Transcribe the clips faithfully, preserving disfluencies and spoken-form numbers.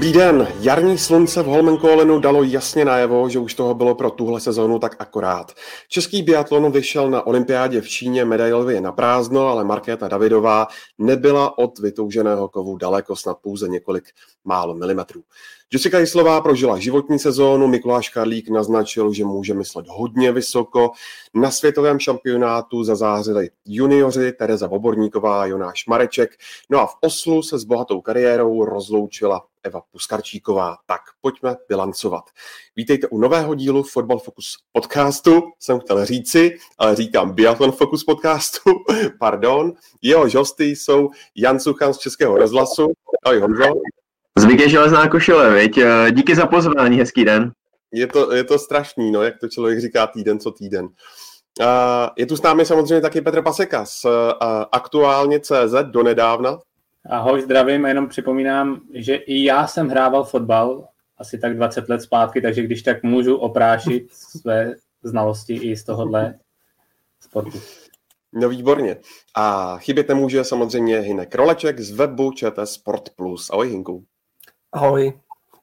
Dobrý den, jarní slunce v Holmenkollenu dalo jasně najevo, že už toho bylo pro tuhle sezónu tak akorát. Český biatlon vyšel na olympiádě v Číně medailově na prázdno, ale Markéta Davidová nebyla od vytouženého kovu daleko, snad pouze několik málo milimetrů. Jessica Jislová prožila životní sezónu, Mikuláš Karlík naznačil, že může myslet hodně vysoko. Na světovém šampionátu zazářili junioři Tereza Voborníková, Jonáš Mareček, no a v Oslu se s bohatou kariérou rozloučila Eva Puskarčíková. Tak pojďme bilancovat. Vítejte u nového dílu Fotbal Focus podcastu, jsem chtěl říci, ale říkám Biathlon Focus podcastu, pardon. Jehož hosty jsou Jan Suchan z Českého rozhlasu. Ahoj Honzo. Zvyk je železná košile, viď? Díky za pozvání, hezký den. Je to, je to strašný, no, jak to člověk říká týden co týden. Uh, je tu s námi samozřejmě taky Petr Paseka z uh, aktuálně tečka cé zet donedávna. Ahoj, zdravím, jenom připomínám, že i já jsem hrával fotbal asi tak dvacet let zpátky, takže když tak můžu oprášit své znalosti i z tohohle sportu. No výborně. A chybět nemůže samozřejmě Hinek Roleček z webu ČT Sport plus. Ahoj Hinku. Ahoj.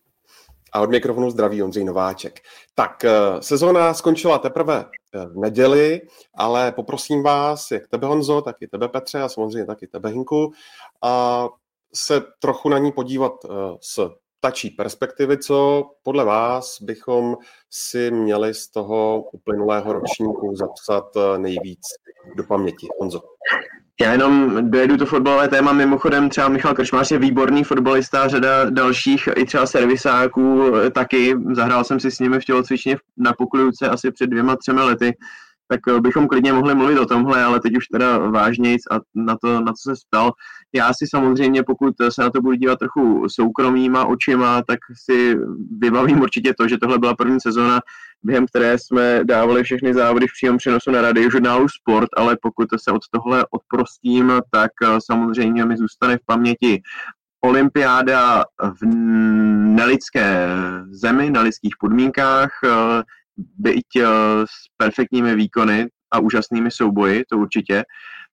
A od mikrofonu zdraví Ondřej Nováček. Tak, sezóna skončila teprve v neděli, ale poprosím vás, jak tebe Honzo, tak i tebe Petře a samozřejmě taky tebe Hinku, a se trochu na ní podívat z tačí perspektivy, co podle vás bychom si měli z toho uplynulého ročníku zapsat nejvíc do paměti. Honzo. Já jenom dojedu to fotbalové téma, mimochodem třeba Michal Krčmář je výborný fotbalista, řada dalších i třeba servisáků taky, zahrál jsem si s nimi v tělocvičně na Poklujovce asi před dvěma, třemi lety, tak bychom klidně mohli mluvit o tomhle, ale teď už teda vážnějc a na to, na co se ptal. Já si samozřejmě, pokud se na to budu dívat trochu soukromýma očima, tak si vybavím určitě to, že tohle byla první sezóna, během které jsme dávali všechny závody v přímém přenosu na radiožurnálu Sport, ale pokud se od tohle odprostím, tak samozřejmě mi zůstane v paměti olympiáda v nelidské zemi, na lidských podmínkách, byť s perfektními výkony a úžasnými souboji, to určitě.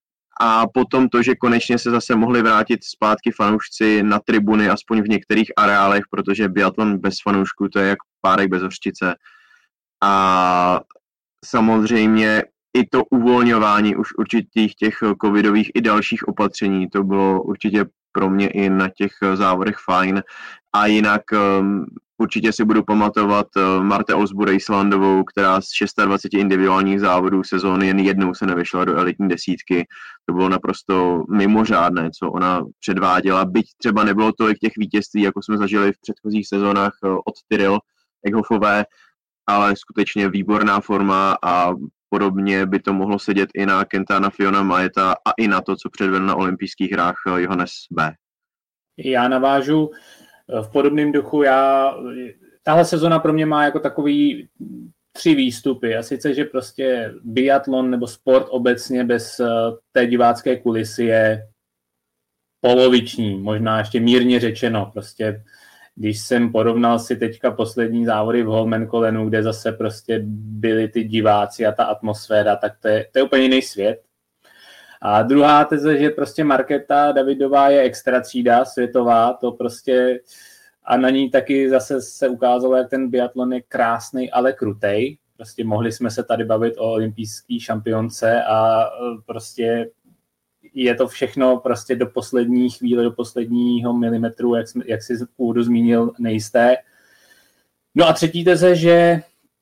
A potom to, že konečně se zase mohli vrátit zpátky fanoušci na tribuny, aspoň v některých areálech, protože biatlon bez fanoušků to je jak párek bez hořčice. A samozřejmě i to uvolňování už určitých těch covidových i dalších opatření, to bylo určitě pro mě i na těch závodech fajn. A jinak um, určitě si budu pamatovat uh, Marte Olsbu-Islandovou, která z dvacet šest individuálních závodů sezóny jen jednou se nevyšla do elitní desítky. To bylo naprosto mimořádné, co ona předváděla. Byť třeba nebylo tolik těch vítězství, jako jsme zažili v předchozích sezónách uh, od Tyrrell Eckhoffové, ale skutečně výborná forma a podobně by to mohlo sedět i na Quintana Fiona Maeta a i na to, co předvedl na olympijských hrách Johannes B. Já navážu v podobném duchu. Já, tahle sezona pro mě má jako takový tři výstupy. A sice, že prostě biatlon nebo sport obecně bez té divácké kulisy je poloviční, možná ještě mírně řečeno. Prostě když jsem porovnal si teďka poslední závody v Holmenkollenu, kde zase prostě byli ty diváci a ta atmosféra, tak to je, to je úplně jiný svět. A druhá teze, že prostě Markéta Davidová je extra třída světová, to prostě a na ní taky zase se ukázalo, jak ten biatlon je krásný, ale krutej. Prostě mohli jsme se tady bavit o olympijské šampionce a prostě je to všechno prostě do poslední chvíle, do posledního milimetru, jak, jsme, jak si původu zmínil, nejisté. No a třetí teze, že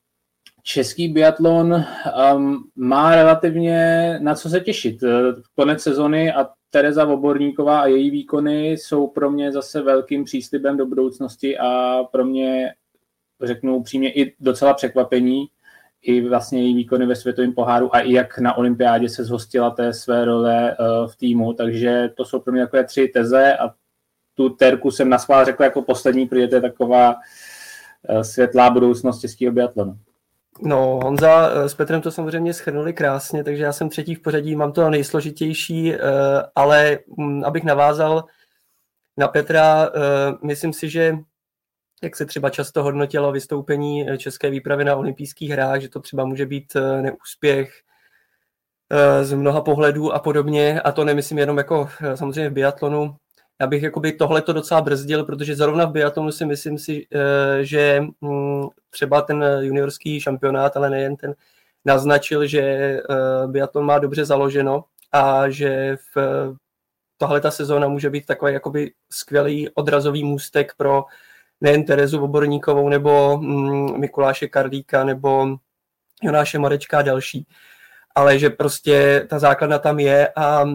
český biatlon um, má relativně na co se těšit. Konec sezony a Tereza Voborníková a její výkony jsou pro mě zase velkým příslibem do budoucnosti a pro mě, řeknu upřímně, i docela překvapení, i vlastně její výkony ve světovém poháru a i jak na olympiádě se zhostila té své role uh, v týmu, takže to jsou pro mě takové tři teze a tu terku jsem naschvál řekl jako poslední, protože to je taková uh, světlá budoucnost českého biatlonu. No, Honza s Petrem to samozřejmě shrnuli krásně, takže já jsem třetí v pořadí, mám to nejsložitější, ale abych navázal na Petra, myslím si, že jak se třeba často hodnotilo vystoupení české výpravy na olympijských hrách, že to třeba může být neúspěch z mnoha pohledů a podobně, a to nemyslím jenom jako samozřejmě v biatlonu, já bych jakoby tohleto docela brzdil, protože zrovna v biatlonu si myslím si, že třeba ten juniorský šampionát, ale nejen ten, naznačil, že biatlon má dobře založeno a že v tahle ta sezóna může být takový jakoby skvělý odrazový můstek pro nejen Terezu Oborníkovou nebo Mikuláše Karlíka nebo Jonáše Marečka a další, ale že prostě ta základna tam je a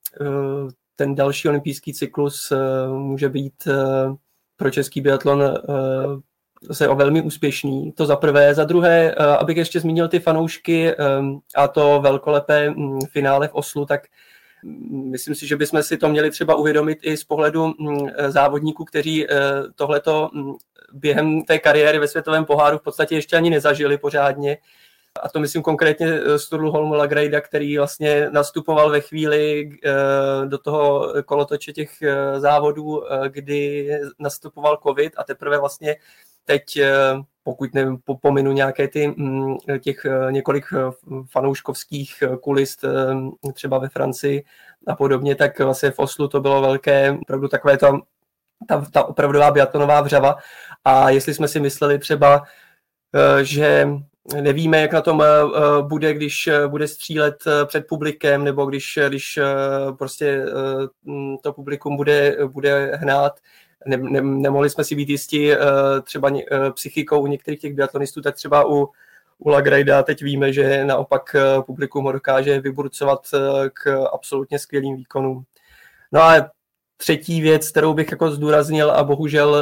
ten další olympijský cyklus může být pro český biatlon zase o velmi úspěšný. To za prvé. Za druhé, abych ještě zmínil ty fanoušky a to velkolepé finále v Oslu, tak myslím si, že bychom si to měli třeba uvědomit i z pohledu závodníků, kteří tohleto během té kariéry ve světovém poháru v podstatě ještě ani nezažili pořádně. A to myslím konkrétně Sturluholm Lagrejda, který vlastně nastupoval ve chvíli do toho kolotoče těch závodů, kdy nastupoval covid a teprve vlastně teď, pokud ne, pominu nějaké ty těch několik fanouškovských kulis třeba ve Francii a podobně, tak vlastně v Oslu to bylo velké, opravdu takové ta, ta, ta opravdová biatlonová vřava. A jestli jsme si mysleli třeba, že nevíme, jak na tom bude, když bude střílet před publikem, nebo když, když prostě to publikum bude, bude hnát. Ne, ne, nemohli jsme si být jistí třeba ně, psychikou u některých těch biatlonistů, tak třeba u, u Lagrejda teď víme, že naopak publikum ho dokáže vyburcovat k absolutně skvělým výkonům. No a třetí věc, kterou bych jako zdůraznil a bohužel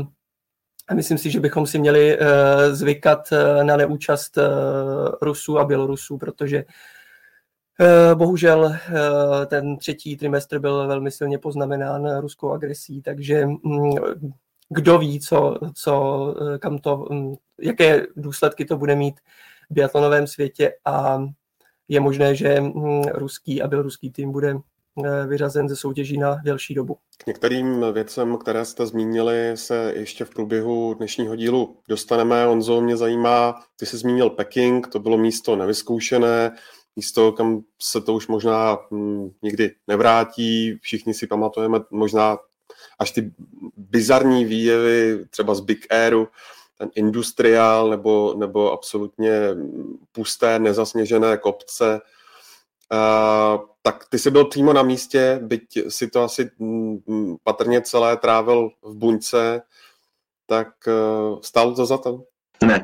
a myslím si, že bychom si měli uh, zvykat uh, na neúčast uh, Rusů a Bělorusů, protože uh, bohužel uh, ten třetí trimestr byl velmi silně poznamenán ruskou agresí, takže um, kdo ví, co, co, kam to, um, jaké důsledky to bude mít v biatlonovém světě a je možné, že um, ruský a běloruský tým bude vyřazen ze soutěží na delší dobu. K některým věcem, které jste zmínili, se ještě v průběhu dnešního dílu dostaneme. Honzo, mě zajímá, ty jsi zmínil Peking, to bylo místo nevyzkoušené, místo, kam se to už možná hm, nikdy nevrátí. Všichni si pamatujeme možná až ty bizarní výjevy, třeba z Big Airu, ten industriál nebo, nebo absolutně pusté, nezasněžené kopce. Uh, tak ty jsi byl přímo na místě, byť si to asi m, patrně celé trávil v buňce, tak uh, stálo to za to? Ne.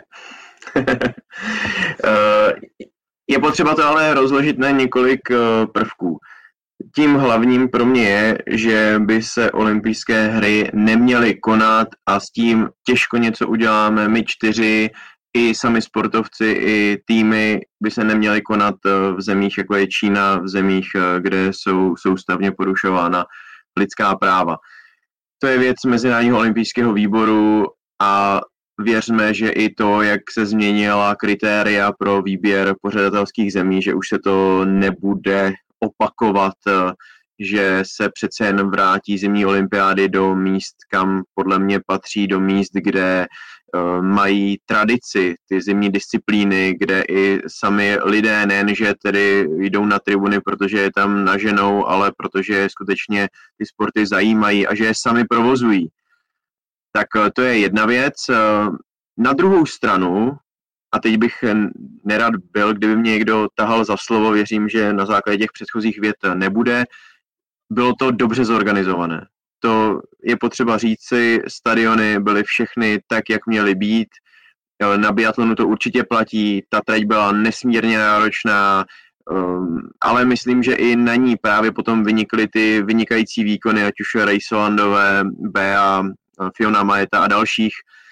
uh, je potřeba to ale rozložit na několik uh, prvků. Tím hlavním pro mě je, že by se olympijské hry neměly konat a s tím těžko něco uděláme. My čtyři i sami sportovci, i týmy by se neměly konat v zemích, jako je Čína, v zemích, kde jsou soustavně porušována lidská práva. To je věc Mezinárodního olympijského výboru a věřme, že i to, jak se změnila kritéria pro výběr pořadatelských zemí, že už se to nebude opakovat, že se přece jen vrátí zimní olympiády do míst, kam podle mě patří, do míst, kde mají tradici, ty zimní disciplíny, kde i sami lidé nejen, že tedy jdou na tribuny, protože je tam naženou, ale protože je skutečně ty sporty zajímají a že je sami provozují. Tak to je jedna věc. Na druhou stranu, a teď bych nerad byl, kdyby mě někdo tahal za slovo, věřím, že na základě těch předchozích vět nebude, bylo to dobře zorganizované. To je potřeba říci, stadiony byly všechny tak, jak měly být. Na biatlonu to určitě platí, ta trať byla nesmírně náročná, ale myslím, že i na ní právě potom vynikly ty vynikající výkony, ať už Rejsolandové, Bea, Fiona Maeta a dalších.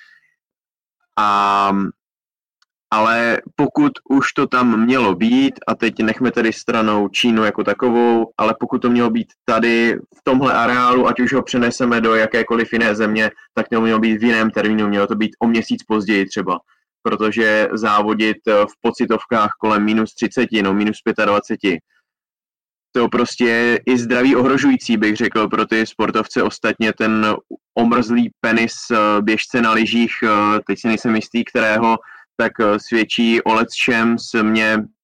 A ale pokud už to tam mělo být, a teď nechme tedy stranou Čínu jako takovou, ale pokud to mělo být tady v tomhle areálu, ať už ho přeneseme do jakékoliv jiné země, tak to mělo být v jiném termínu, mělo to být o měsíc později třeba, protože závodit v pocitovkách kolem minus třicet, no minus dvacet pět, to prostě je i zdraví ohrožující, bych řekl, pro ty sportovce. Ostatně ten omrzlý penis běžce na lyžích, teď si nejsem jistý, kterého, tak svědčí o lecčem. Mě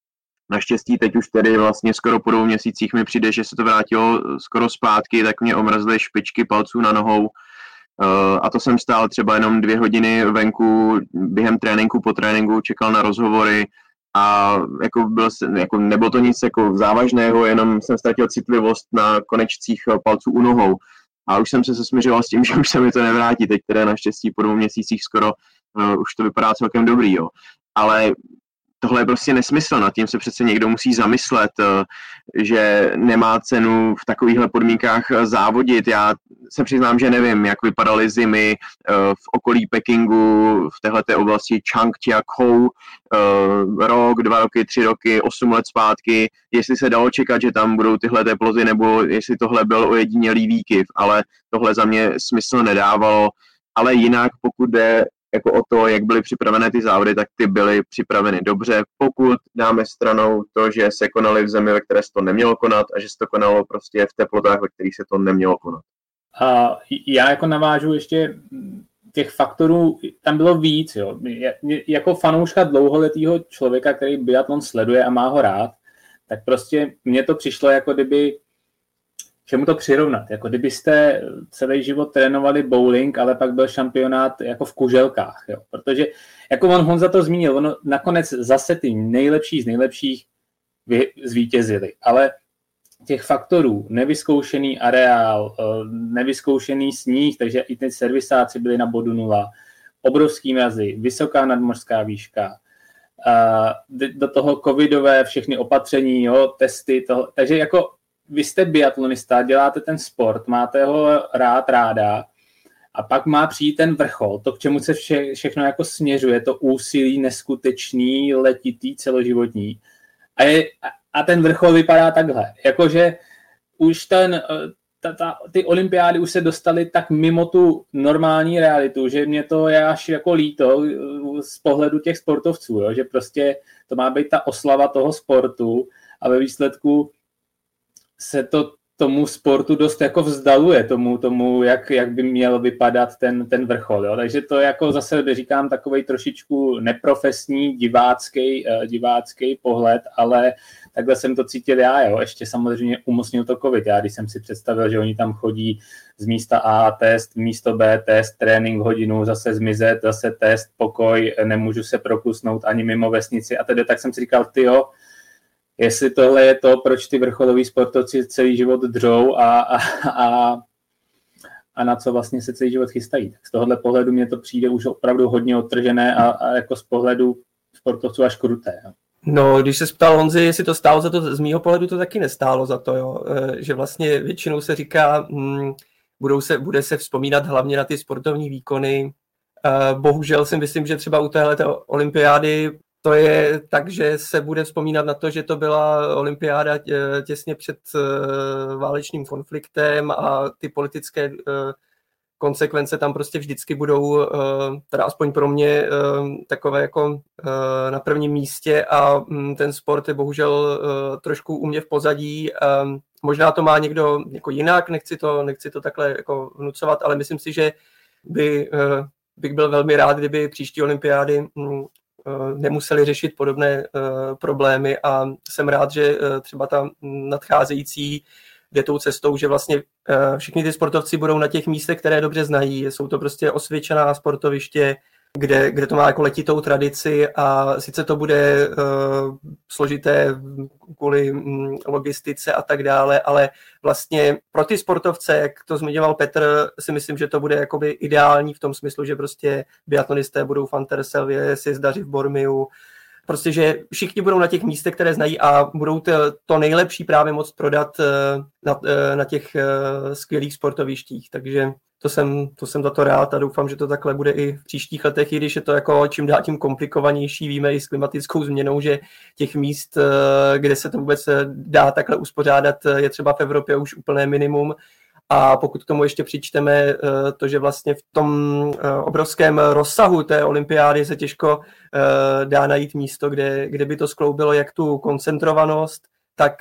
Naštěstí teď už tedy vlastně skoro po dvou měsících mi přijde, že se to vrátilo skoro zpátky, tak mě omrzly špičky palců na nohou. A to jsem stál třeba jenom dvě hodiny venku během tréninku, po tréninku, čekal na rozhovory a jako byl, jako nebylo to nic jako závažného, jenom jsem ztratil citlivost na konečcích palců u nohou. A už jsem se sesměřoval s tím, že už se mi to nevrátí. Teď teda naštěstí po dvou měsících skoro uh, už to vypadá celkem dobrý, jo. Ale tohle je prostě nesmysl, nad tím se přece někdo musí zamyslet, že nemá cenu v takovýchhle podmínkách závodit. Já se přiznám, že nevím, jak vypadaly zimy v okolí Pekingu, v téhleté oblasti Changjiakou, rok, dva roky, tři roky, osm let zpátky, jestli se dalo čekat, že tam budou tyhle teploty, nebo jestli tohle byl ojedinělý výkyv, ale tohle za mě smysl nedávalo. Ale jinak, pokud jde jako o to, jak byly připravené ty závody, tak ty byly připraveny dobře. Pokud dáme stranou to, že se konaly v zemi, ve které se to nemělo konat a že se to konalo prostě v teplotách, ve kterých se to nemělo konat. A já jako navážu ještě těch faktorů, tam bylo víc. Jo. Jako fanouška dlouholetýho člověka, který biatlon sleduje a má ho rád, tak prostě mně to přišlo, jako kdyby čemu to přirovnat? Jako kdybyste celý život trénovali bowling, ale pak byl šampionát jako v kuželkách. Jo? Protože, jako on Honza to zmínil, ono nakonec zase ty nejlepší z nejlepších zvítězili. Ale těch faktorů, nevyzkoušený areál, nevyzkoušený sníh, takže i ty servisáci byli na bodu nula, obrovský mrazy, vysoká nadmořská výška, do toho covidové všechny opatření, jo, testy, toho, takže jako vy jste biatlonista, děláte ten sport, máte ho rád, ráda a pak má přijít ten vrchol, to, k čemu se vše, všechno jako směřuje, to úsilí neskutečný, letitý, celoživotní. A, je, a ten vrchol vypadá takhle, jakože už ten, ta, ta, ty olympiády už se dostaly tak mimo tu normální realitu, že mě to je až jako líto z pohledu těch sportovců, jo? Že prostě to má být ta oslava toho sportu a ve výsledku se to tomu sportu dost jako vzdaluje, tomu, tomu jak, jak by měl vypadat ten, ten vrchol. Jo? Takže to jako zase říkám takovej trošičku neprofesní, divácký, divácký pohled, ale takhle jsem to cítil já. Jo? Ještě samozřejmě umocnil to covid. Já když jsem si představil, že oni tam chodí z místa A test, místo B test, trénink hodinu, zase zmizet, zase test, pokoj, nemůžu se prokusnout ani mimo vesnici a tedy, tak jsem si říkal, tyjo, jestli tohle je to, proč ty vrcholoví sportovci celý život dřou a, a, a, a na co vlastně se celý život chystají. Tak z tohohle pohledu mně to přijde už opravdu hodně odtržené a, a jako z pohledu sportovců až kruté. Jo. No, když se ptal Honzi, jestli to stálo za to, z mýho pohledu to taky nestálo za to, jo. Že vlastně většinou se říká, hm, budou se, bude se vzpomínat hlavně na ty sportovní výkony. Bohužel si myslím, že třeba u téhleté olympiády to je tak, že se bude vzpomínat na to, že to byla olympiáda těsně před válečným konfliktem a ty politické konsekvence tam prostě vždycky budou, teda aspoň pro mě, takové jako na prvním místě a ten sport je bohužel trošku u mě v pozadí. Možná to má někdo jako jinak, nechci to, nechci to takhle jako vnucovat, ale myslím si, že by, bych byl velmi rád, kdyby příští olympiády nemuseli řešit podobné uh, problémy a jsem rád, že uh, třeba ta nadcházející jde tou cestou, že vlastně uh, všichni ty sportovci budou na těch místech, které dobře znají. Jsou to prostě osvědčená sportoviště, kde, kde to má jako letitou tradici a sice to bude uh, složité kvůli um, logistice a tak dále, ale vlastně pro ty sportovce, jak to zmiňoval Petr, si myslím, že to bude jakoby ideální v tom smyslu, že prostě biatlonisté budou v Anterselvě, Sjezdaři v Bormiu, prostě, že všichni budou na těch místech, které znají a budou to, to nejlepší právě moct prodat uh, na, uh, na těch uh, skvělých sportovištích, takže To jsem, to jsem za to rád a doufám, že to takhle bude i v příštích letech, i když je to jako čím dál tím komplikovanější. Víme i s klimatickou změnou, že těch míst, kde se to vůbec dá takhle uspořádat, je třeba v Evropě už úplné minimum. A pokud k tomu ještě přičteme to, že vlastně v tom obrovském rozsahu té olympiády se těžko dá najít místo, kde, kde by to skloubilo jak tu koncentrovanost, tak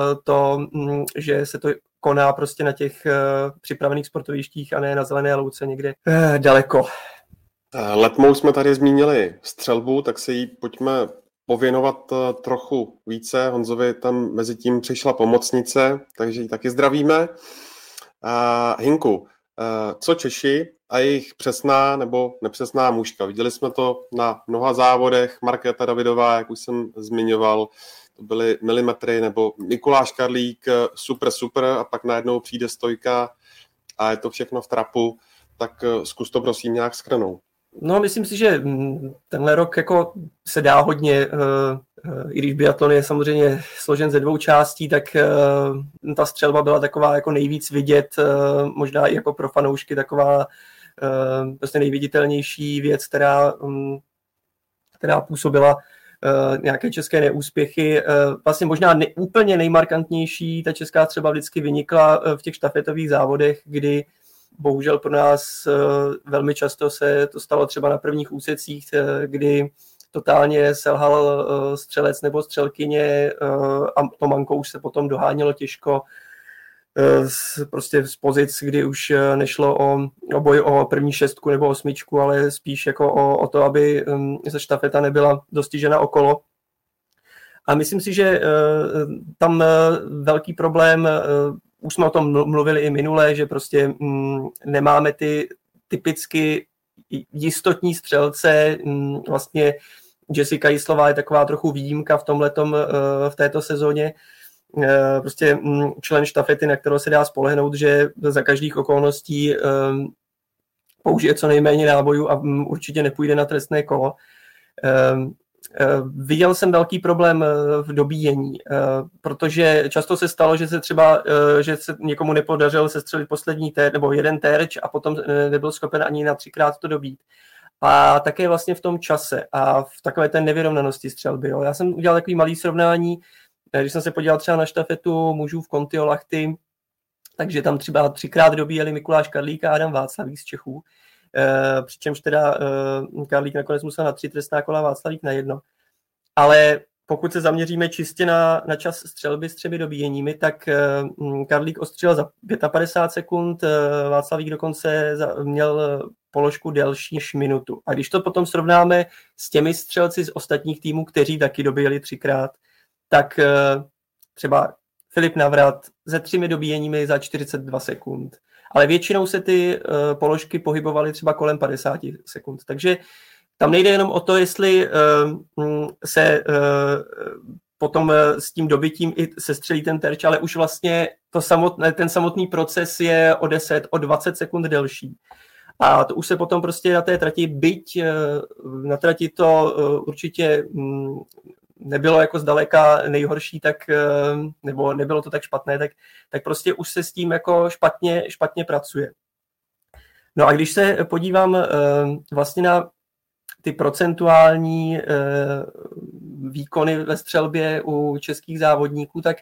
to, že se to koná prostě na těch uh, připravených sportovištích a ne na zelené louce někde uh, daleko. Letmou jsme tady zmínili střelbu, tak se jí pojďme pověnovat trochu více. Honzovi tam mezi tím přišla pomocnice, takže ji taky zdravíme. Uh, Hinku, uh, co Češi a jejich přesná nebo nepřesná mužka? Viděli jsme to na mnoha závodech. Markéta Davidová, jak už jsem zmiňoval, to byly milimetry, nebo Mikuláš Karlík, super, super, a pak najednou přijde stojka a je to všechno v trapu. Tak zkus to prosím nějak shrnout. No, myslím si, že tenhle rok jako se dá hodně, i když biatlon je samozřejmě složen ze dvou částí, tak ta střelba byla taková jako nejvíc vidět, možná i jako pro fanoušky taková prostě nejviditelnější věc, která, která působila nějaké české neúspěchy. Vlastně možná ne, úplně nejmarkantnější ta česká střelba vždycky vynikla v těch štafetových závodech, kdy bohužel pro nás velmi často se to stalo třeba na prvních úsecích, kdy totálně selhal střelec nebo střelkyně a to manko už se potom dohánělo těžko prostě z pozic, kdy už nešlo o, o boj o první šestku nebo osmičku, ale spíš jako o, o to, aby se štafeta nebyla dostižena okolo. A myslím si, že tam velký problém, už jsme o tom mluvili i minule, že prostě nemáme ty typicky jistotní střelce. Vlastně Jessica Jislová je taková trochu výjimka v tomhletom, v této sezóně. Prostě člen štafety, na kterou se dá spolehnout, že za každých okolností použije co nejméně nábojů a určitě nepůjde na trestné kolo. Viděl jsem velký problém v dobíjení, protože často se stalo, že se třeba, že se někomu nepodařilo sestřelit poslední ter, nebo jeden terč a potom nebyl schopen ani na třikrát to dobít. A také vlastně v tom čase a v takové té nevyrovnanosti střelby. Jo. Já jsem udělal takový malý srovnání, když jsem se podíval třeba na štafetu mužů v Kontiolahty, takže tam třeba třikrát dobíjeli Mikuláš Karlík a Adam Václavík z Čechů. Uh, přičemž teda uh, Karlík nakonec musel na tři trestná kola, Václavík na jedno. Ale pokud se zaměříme čistě na, na čas střelby s třemi dobíjeními, tak uh, Karlík ostřelil za padesát pět sekund, uh, Václavík dokonce za, měl položku delší než minutu. A když to potom srovnáme s těmi střelci z ostatních týmů, kteří taky dobíjeli třikrát, tak uh, třeba Filip Navrat se třemi dobíjeními za čtyřicet dva sekund. Ale většinou se ty uh, položky pohybovaly třeba kolem padesát sekund. Takže tam nejde jenom o to, jestli uh, se uh, potom uh, s tím dobytím i sestřelí ten terč, ale už vlastně to samotné, ten samotný proces je o deset, o dvacet sekund delší. A to už se potom prostě na té trati, byť uh, na trati to uh, určitě um, nebylo jako zdaleka nejhorší, tak, nebo nebylo to tak špatné, tak, tak prostě už se s tím jako špatně, špatně pracuje. No a když se podívám vlastně na ty procentuální výkony ve střelbě u českých závodníků, tak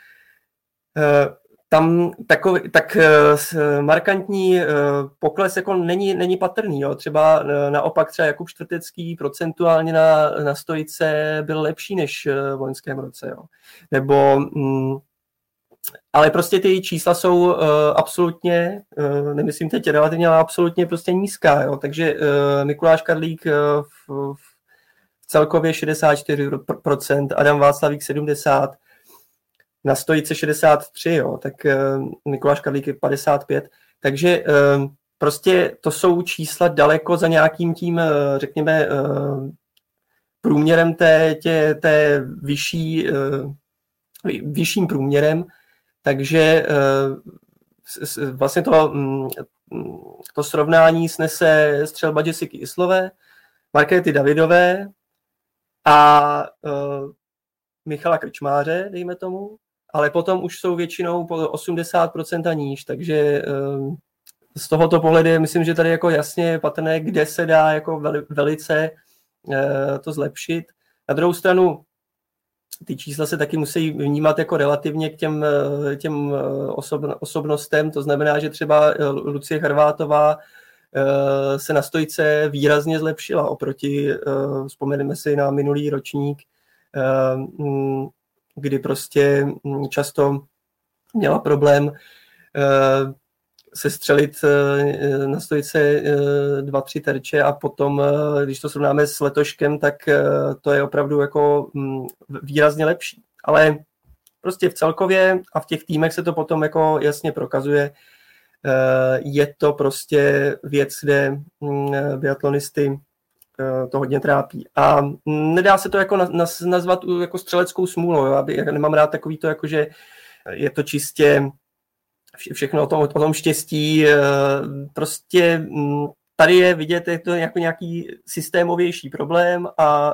tam takový, tak markantní pokles jako není, není patrný. Jo. Třeba naopak třeba Jakub Čtvrtecký procentuálně na, na stojice byl lepší než v loňském roce. Jo. Nebo, ale prostě ty čísla jsou absolutně, nemyslím teď relativně, ale absolutně prostě nízká. Jo. Takže Mikuláš Karlík v, v celkově šedesát čtyři procent, Adam Václavík sedmdesát procent, na stojice šedesát tři, jo, tak uh, Mikuláš Karlík je padesát pět, takže uh, prostě to jsou čísla daleko za nějakým tím, uh, řekněme, uh, průměrem té, tě, té vyšší, uh, vyšším průměrem, takže uh, s, s, vlastně to, um, to srovnání snese střelba Jessiky Jislové, Markéty Davidové a uh, Michala Krčmáře, dejme tomu, ale potom už jsou většinou po osmdesát procent a níž, takže z tohoto pohledu myslím, že tady jako jasně patrné, kde se dá jako velice to zlepšit. Na druhou stranu ty čísla se taky musí vnímat jako relativně k těm, těm osobnostem, to znamená, že třeba Lucie Charvátová se na stojce výrazně zlepšila oproti, vzpomeneme si na minulý ročník, kdy prostě často měla problém se střelit na stojice dva, tři terče a potom, když to srovnáme s letoškem, tak to je opravdu jako výrazně lepší. Ale prostě v celkově a v těch týmech se to potom jako jasně prokazuje. Je to prostě věc, kde biatlonisty to hodně trápí. A nedá se to jako nazvat jako střeleckou smůlou. Jo? Já nemám rád takový to, jako že je to čistě všechno o tom, o tom štěstí. Prostě tady je vidět, je to jako nějaký systémovější problém a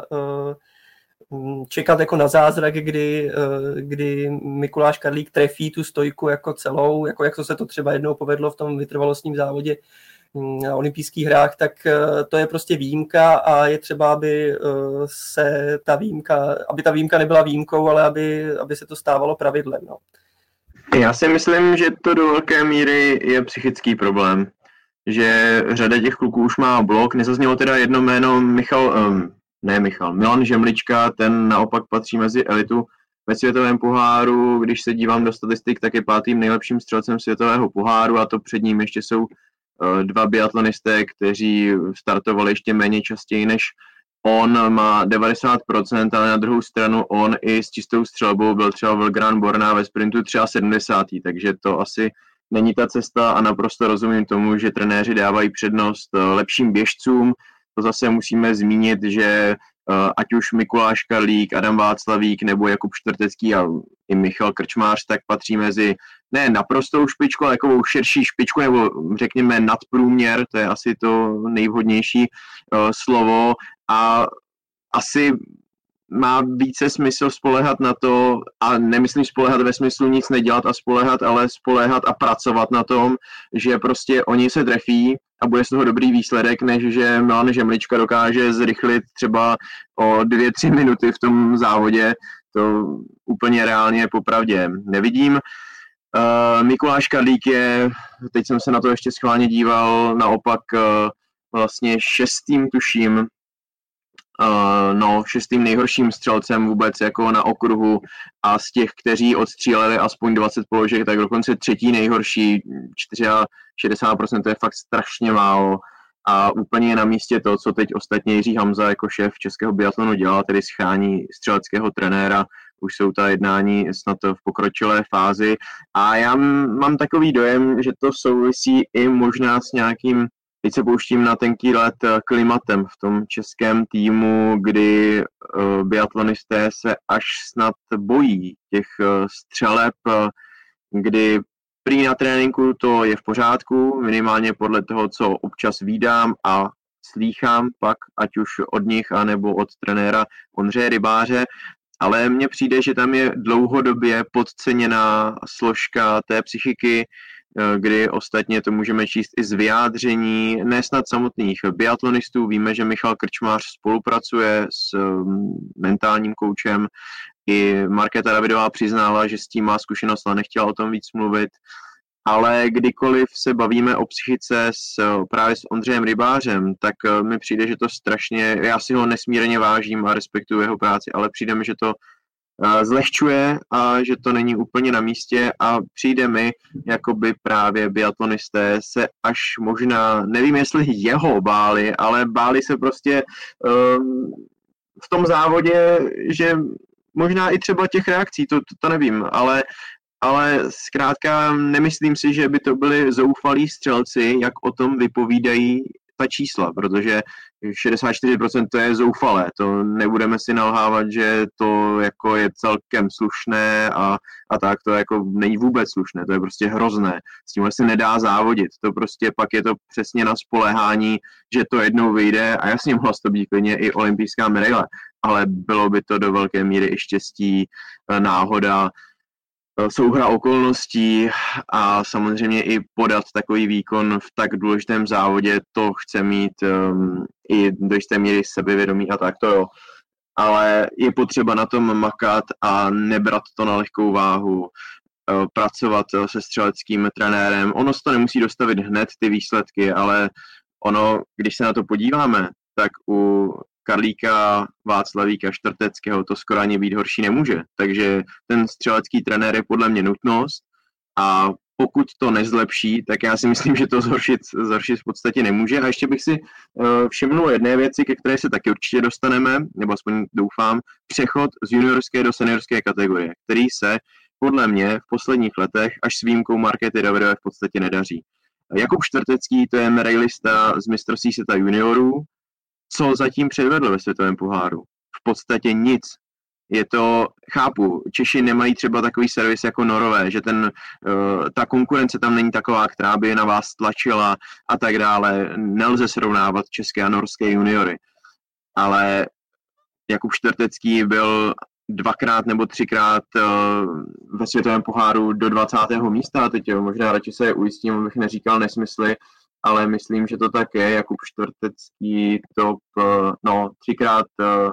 čekat jako na zázrak, kdy, kdy Mikuláš Karlík trefí tu stojku jako celou, jako jak to se to třeba jednou povedlo v tom vytrvalostním závodě na olympijských hrách, tak to je prostě výjimka a je třeba, aby se ta výjimka, aby ta výjimka nebyla výjimkou, ale aby, aby se to stávalo pravidlem. No. Já si myslím, že to do velké míry je psychický problém, že řada těch kluků už má blok, nezaznělo teda jedno jméno Michal, um, ne Michal, Milan Žemlička, ten naopak patří mezi elitu ve světovém poháru, když se dívám do statistik, tak je pátým nejlepším střelcem světového poháru a to před ním ještě jsou uh, dva biatlonisté, kteří startovali ještě méně častěji než on, má devadesát procent, ale na druhou stranu on i s čistou střelbou byl třeba Volgrán Borna ve sprintu třeba sedmdesátý, takže to asi není ta cesta a naprosto rozumím tomu, že trenéři dávají přednost lepším běžcům. To zase musíme zmínit, že ať už Mikuláš Karlík, Adam Václavík nebo Jakub Čtvrtecký a i Michal Krčmář, tak patří mezi ne naprostou špičku, ale takovou širší špičku, nebo řekněme nadprůměr, to je asi to nejvhodnější uh, slovo a asi má více smysl spoléhat na to, a nemyslím spoléhat ve smyslu nic nedělat a spoléhat, ale spoléhat a pracovat na tom, že prostě oni se trefí a bude z toho dobrý výsledek, než že Milan Žemlička dokáže zrychlit třeba o dvě, tři minuty v tom závodě. To úplně reálně popravdě nevidím. Uh, Mikuláš Karlík je, teď jsem se na to ještě schválně díval, naopak uh, vlastně šestým tuším, Uh, no, šestým nejhorším střelcem vůbec jako na okruhu a z těch, kteří odstříleli aspoň dvacet položek, tak dokonce třetí nejhorší, šedesát čtyři procent, to je fakt strašně málo a úplně je na místě to, co teď ostatně Jiří Hamza jako šéf českého biatlonu dělá, tedy schání střeleckého trenéra. Už jsou ta jednání snad v pokročilé fázi a já mám takový dojem, že to souvisí i možná s nějakým, teď se pouštím na tenký let, klimatem v tom českém týmu, kdy uh, biatlonisté se až snad bojí těch uh, střeleb, uh, kdy prý na tréninku to je v pořádku, minimálně podle toho, co občas vídám a slýchám pak, ať už od nich, anebo od trenéra Ondřeje Rybáře, ale mně přijde, že tam je dlouhodobě podceněná složka té psychiky, kdy ostatně to můžeme číst i z vyjádření, ne snad samotných biatlonistů. Víme, že Michal Krčmář spolupracuje s mentálním koučem. I Markéta Davidová přiznala, že s tím má zkušenost a nechtěla o tom víc mluvit. Ale kdykoliv se bavíme o psychice s, právě s Ondřejem Rybářem, tak mi přijde, že to strašně, já si ho nesmírně vážím a respektuju jeho práci, ale přijde mi, že to zlehčuje a že to není úplně na místě a přijde mi, jakoby právě biatlonisté se až možná, nevím jestli jeho báli, ale báli se prostě um, v tom závodě, že možná i třeba těch reakcí, to, to, to nevím, ale ale zkrátka nemyslím si, že by to byli zoufalí střelci, jak o tom vypovídají ta čísla, protože šedesát čtyři procent to je zoufalé, to nebudeme si nalhávat, že to jako je celkem slušné a, a tak, to jako není vůbec slušné, to je prostě hrozné, s tímhle se nedá závodit, to prostě pak je to přesně na spoléhání, že to jednou vyjde a jasně mohla to být klidně i olympijská medaile, ale bylo by to do velké míry i štěstí, náhoda, souhra okolností a samozřejmě i podat takový výkon v tak důležitém závodě, to chce mít um, i do jisté míry sebevědomí a tak to jo. Ale je potřeba na tom makat a nebrat to na lehkou váhu, uh, pracovat se střeleckým trenérem. Ono se to nemusí dostavit hned ty výsledky, ale ono, když se na to podíváme, tak u Karlíka, Václavíka, Čtvrteckého to skoro ani být horší nemůže. Takže ten střelecký trenér je podle mě nutnost a pokud to nezlepší, tak já si myslím, že to zhoršit, zhoršit v podstatě nemůže. A ještě bych si uh, všimnul jedné věci, ke které se taky určitě dostaneme, nebo aspoň doufám, přechod z juniorské do seniorské kategorie, který se podle mě v posledních letech až s výjimkou Markéty Davidové v podstatě nedaří. Jakub Čtvrtecký, to je medailista z mistrovství světa juniorů, co zatím předvedl ve světovém poháru? V podstatě nic. Je to, chápu, Češi nemají třeba takový servis jako Norové, že ten, ta konkurence tam není taková, která by na vás tlačila a tak dále. Nelze srovnávat české a norské juniory. Ale Jakub Čtvrtecký byl dvakrát nebo třikrát ve světovém poháru do dvacátého místa. Teď možná radši se ujistím, abych neříkal nesmysly, ale myslím, že to tak je. Jakub Čtvrtecký top, no, třikrát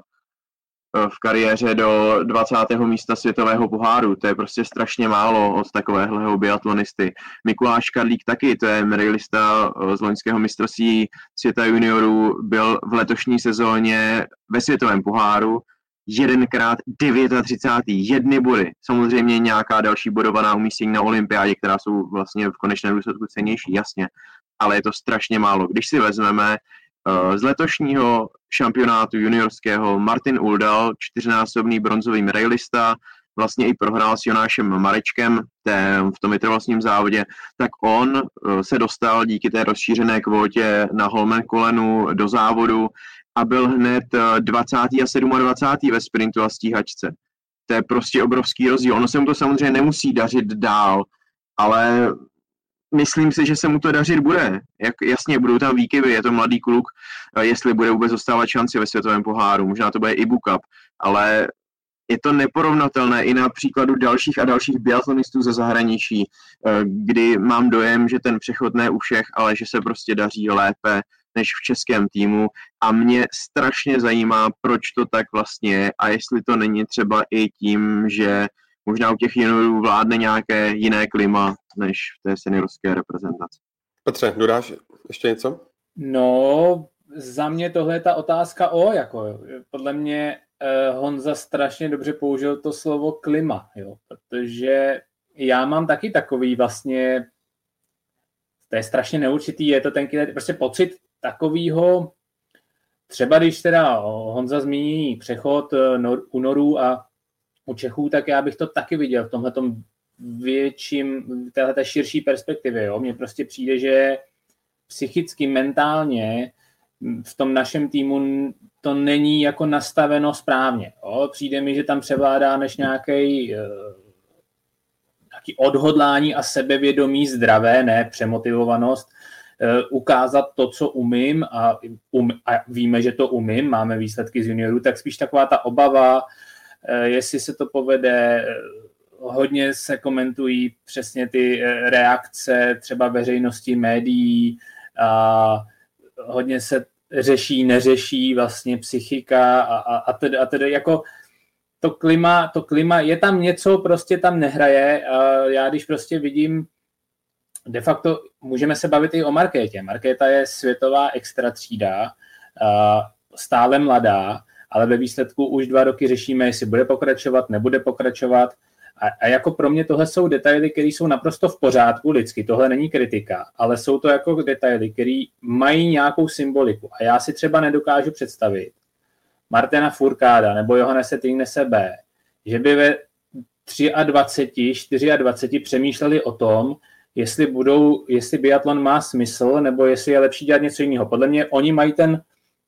v kariéře do dvacátého místa světového poháru. To je prostě strašně málo od takovéhleho biatlonisty. Mikuláš Karlík taky, to je medailista z loňského mistrovství světa juniorů, byl v letošní sezóně ve světovém poháru jedenkrát třicátý devátý jedny body. Samozřejmě nějaká další bodovaná umístění na olympiádě, která jsou vlastně v konečném důsledku cennější, jasně, ale je to strašně málo. Když si vezmeme z letošního šampionátu juniorského Martin Uldal, čtyřnásobný bronzový medailista, vlastně i prohrál s Jonášem Marečkem v tom vytrvalostním závodě, tak on se dostal díky té rozšířené kvótě na Holmenkollenu do závodu a byl hned dvacátý a dvacátý sedmý ve sprintu a stíhačce. To je prostě obrovský rozdíl. Ono se mu to samozřejmě nemusí dařit dál, ale myslím si, že se mu to dařit bude. Jak, jasně, budou tam výkyvy, je to mladý kluk, jestli bude vůbec dostávat šanci ve světovém poháru, možná to bude i Book Up, ale je to neporovnatelné i na příkladu dalších a dalších biatlonistů ze zahraničí, kdy mám dojem, že ten přechod ne u všech, ale že se prostě daří lépe než v českém týmu a mě strašně zajímá, proč to tak vlastně je a jestli to není třeba i tím, že možná u těch juniorů vládne nějaké jiné klima než v té seniorské reprezentaci. Petře, dodáš ještě něco? No, za mě tohle je ta otázka o, jako podle mě eh, Honza strašně dobře použil to slovo klima, jo, protože já mám taky takový vlastně, to je strašně neurčitý, je to ten prostě pocit takovýho, třeba když teda Honza zmíní přechod u Norů a u Čechů, tak já bych to taky viděl v tomhletom větším, téhleté širší perspektivě. Jo. Mně prostě přijde, že psychicky, mentálně v tom našem týmu to není jako nastaveno správně. Jo. Přijde mi, že tam převládá než nějaký, nějaký odhodlání a sebevědomí zdravé, ne přemotivovanost, ukázat to, co umím a, um, a víme, že to umím, máme výsledky z juniorů, tak spíš taková ta obava, jestli se to povede, hodně se komentují přesně ty reakce třeba veřejnosti, médií, a hodně se řeší, neřeší vlastně psychika a, a, a, tedy, a tedy jako to klima, to klima, je tam něco, prostě tam nehraje a já když prostě vidím, de facto můžeme se bavit i o Markétě. Markéta je světová extra třída, stále mladá, ale ve výsledku už dva roky řešíme, jestli bude pokračovat, nebude pokračovat. A, a jako pro mě tohle jsou detaily, které jsou naprosto v pořádku lidsky. Tohle není kritika, ale jsou to jako detaily, které mají nějakou symboliku. A já si třeba nedokážu představit Martina Fourcada nebo Johannese Tingnese B, že by ve dvaceti tři, dvaceti čtyři přemýšleli o tom, jestli budou, jestli biatlon má smysl, nebo jestli je lepší dělat něco jiného. Podle mě oni mají ten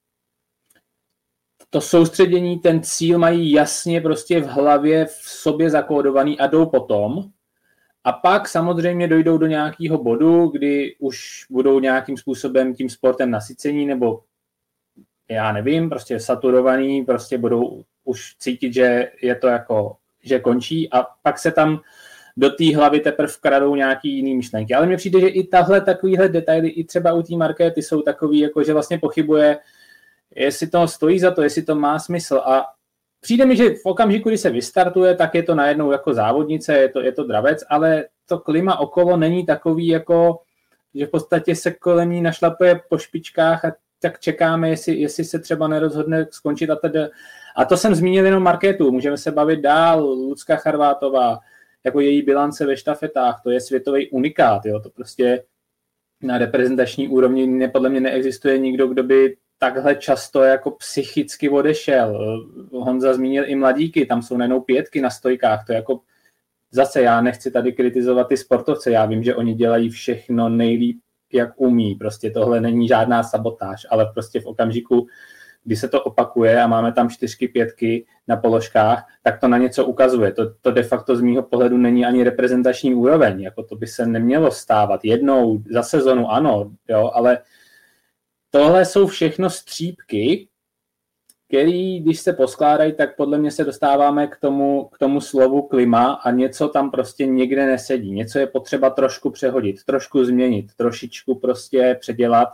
to soustředění, ten cíl mají jasně prostě v hlavě, v sobě zakódovaný a jdou potom. A pak samozřejmě dojdou do nějakého bodu, kdy už budou nějakým způsobem tím sportem nasycení, nebo já nevím, prostě saturovaný, prostě budou už cítit, že je to jako, že končí a pak se tam do té hlavy teprve vkradou nějaký jiný myšlenky. Ale mně přijde, že i tahle takovýhle detaily, i třeba u té Markéty jsou takový, jako že vlastně pochybuje, jestli to stojí za to, jestli to má smysl. A přijde mi, že v okamžiku, kdy se vystartuje, tak je to najednou jako závodnice, je to, je to dravec, ale to klima okolo není takový, jako, že v podstatě se kolem ní našlapuje po špičkách a tak čekáme, jestli, jestli se třeba nerozhodne skončit a tedy. A to jsem zmínil jenom Markétu, můžeme se bavit dál, Lucka Charvátová, jako její bilance ve štafetách, to je světový unikát, jo, to prostě na reprezentační úrovni ne, podle mě neexistuje nikdo, kdo by takhle často jako psychicky odešel. Honza zmínil i mladíky, tam jsou najednou pětky na stojkách, to je jako zase já nechci tady kritizovat ty sportovce, já vím, že oni dělají všechno nejlíp, jak umí, prostě tohle není žádná sabotáž, ale prostě v okamžiku, kdy se to opakuje a máme tam čtyřky, pětky na položkách, tak to na něco ukazuje. To, to de facto z mýho pohledu není ani reprezentační úroveň, jako to by se nemělo stávat. Jednou za sezonu ano, jo, ale tohle jsou všechno střípky, který, když se poskládají, tak podle mě se dostáváme k tomu, k tomu slovu klima a něco tam prostě někde nesedí. Něco je potřeba trošku přehodit, trošku změnit, trošičku prostě předělat,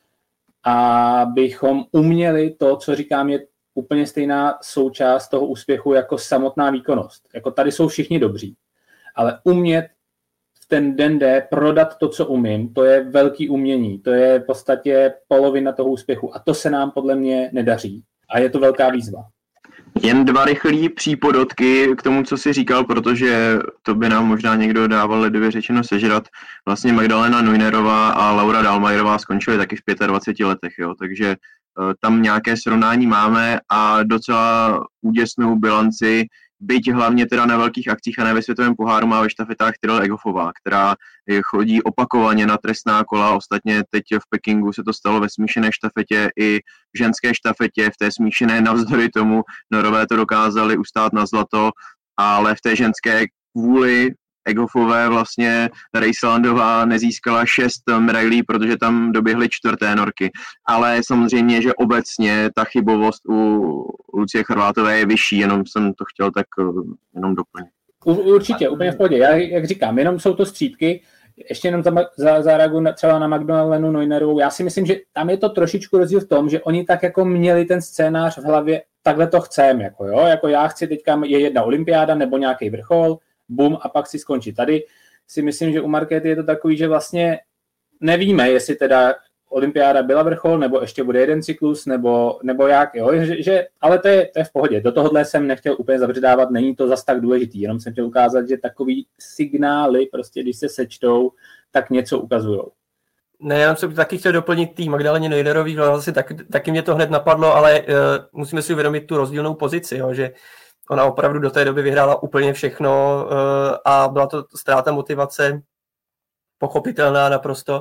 abychom uměli to, co říkám, je úplně stejná součást toho úspěchu jako samotná výkonnost. Jako tady jsou všichni dobří, ale umět v ten den D prodat to, co umím, to je velký umění, to je v podstatě polovina toho úspěchu a to se nám podle mě nedaří. A je to velká výzva. Jen dva rychlý přípodotky k tomu, co jsi říkal, protože to by nám možná někdo dával lidově řečeno sežrat. Vlastně Magdalena Neunerová a Laura Dahlmayerová skončily taky v dvaceti pěti letech, jo? Takže uh, tam nějaké srovnání máme a docela úděsnou bilanci, byť hlavně teda na velkých akcích a ne ve světovém poháru, má ve štafetách Tyrell Egoffová, která chodí opakovaně na trestná kola. Ostatně teď v Pekingu se to stalo ve smíšené štafetě i v ženské štafetě. V té smíšené navzdory tomu Norové to dokázali ustát na zlato, ale v té ženské kvůli Egoffové vlastně Rejslandová nezískala šest medailí, protože tam doběhly čtvrté norky. Ale samozřejmě, že obecně ta chybovost u Lucie Chorvátové je vyšší, jenom jsem to chtěl tak jenom doplnit. Určitě, úplně v pohodě. Já, jak říkám, jenom jsou to střípky. Ještě jenom zareaguju za, třeba na Magdalenu Neunerovou. Já si myslím, že tam je to trošičku rozdíl v tom, že oni tak jako měli ten scénář v hlavě, takhle to chceme, jako jo, jako já chci teďka, je jedna olympiáda nebo nějaký vrchol, bum, a pak si skončí. Tady si myslím, že u Markéty je to takový, že vlastně nevíme, jestli teda olympiáda byla vrchol, nebo ještě bude jeden cyklus, nebo, nebo jak, jo, že, že, ale to je, to je v pohodě. Do tohohle jsem nechtěl úplně zabředávat, není to zas tak důležitý, jenom jsem chtěl ukázat, že takový signály, prostě když se sečtou, tak něco ukazujou. Ne, já jsem taky chtěl doplnit tý Magdaleně Neunerový, vlastně tak, taky mě to hned napadlo, ale uh, musíme si uvědomit tu rozdílnou pozici, jo, že ona opravdu do té doby vyhrála úplně všechno uh, a byla to ztráta motivace, pochopitelná naprosto.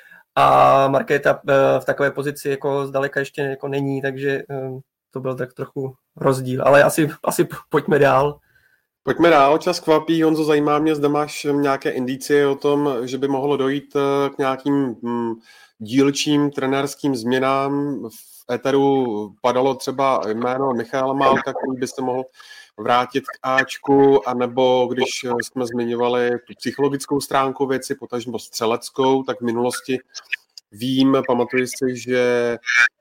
A Markéta uh, v takové pozici jako zdaleka ještě jako není, takže uh, to byl tak trochu rozdíl. Ale asi, asi pojďme dál. Pojďme dál, čas kvapí. Honzo, zajímá mě, zda máš nějaké indicie o tom, že by mohlo dojít k nějakým hm, dílčím trenérským změnám. V éteru padalo třeba jméno Michaela Málka, který by se mohl vrátit k Ačku, anebo když jsme zmiňovali tu psychologickou stránku věci, potažmo střeleckou, tak v minulosti vím, pamatuji si, že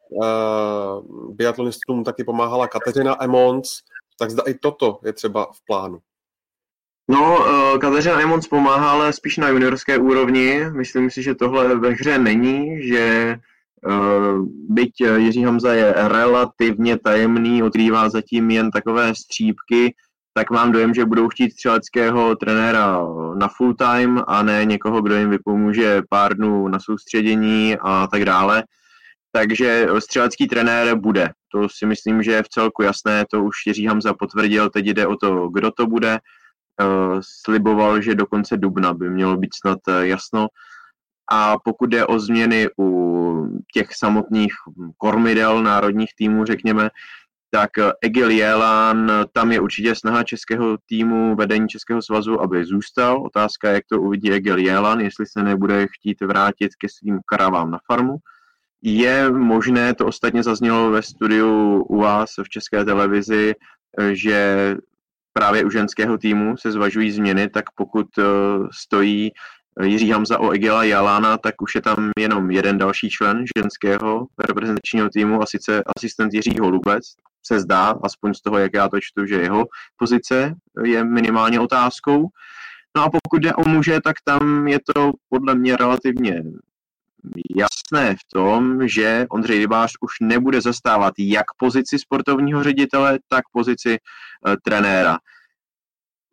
uh, biatlonistům taky pomáhala Kateřina Emons, tak zda i toto je třeba v plánu. No, uh, Kateřina Emons pomáhá, ale spíš na juniorské úrovni. Myslím si, že tohle ve hře není, že Uh, byť Jiří Hamza je relativně tajemný, odkrývá zatím jen takové střípky, tak mám dojem, že budou chtít střeleckého trenéra na full time a ne někoho, kdo jim vypomůže pár dnů na soustředění a tak dále. Takže střelecký trenér bude. To si myslím, že je v celku jasné, to už Jiří Hamza potvrdil, teď jde o to, kdo to bude. Uh, sliboval, že do konce dubna by mělo být snad jasno. A pokud jde o změny u těch samotných kormidel národních týmů, řekněme, tak Egil Jélán, tam je určitě snaha českého týmu, vedení Českého svazu, aby zůstal. Otázka je, jak to uvidí Egil Jélán, jestli se nebude chtít vrátit ke svým kravám na farmu. Je možné, to ostatně zaznělo ve studiu u vás v České televizi, že právě u ženského týmu se zvažují změny, tak pokud stojí Jiří Hamza o Egila Jálána, tak už je tam jenom jeden další člen ženského reprezentačního týmu, a sice asistent Jiří Holubec. Se zdá, aspoň z toho, jak já to čtu, že jeho pozice je minimálně otázkou. No a pokud jde o muže, tak tam je to podle mě relativně jasné v tom, že Ondřej Rybář už nebude zastávat jak pozici sportovního ředitele, tak pozici uh, trenéra.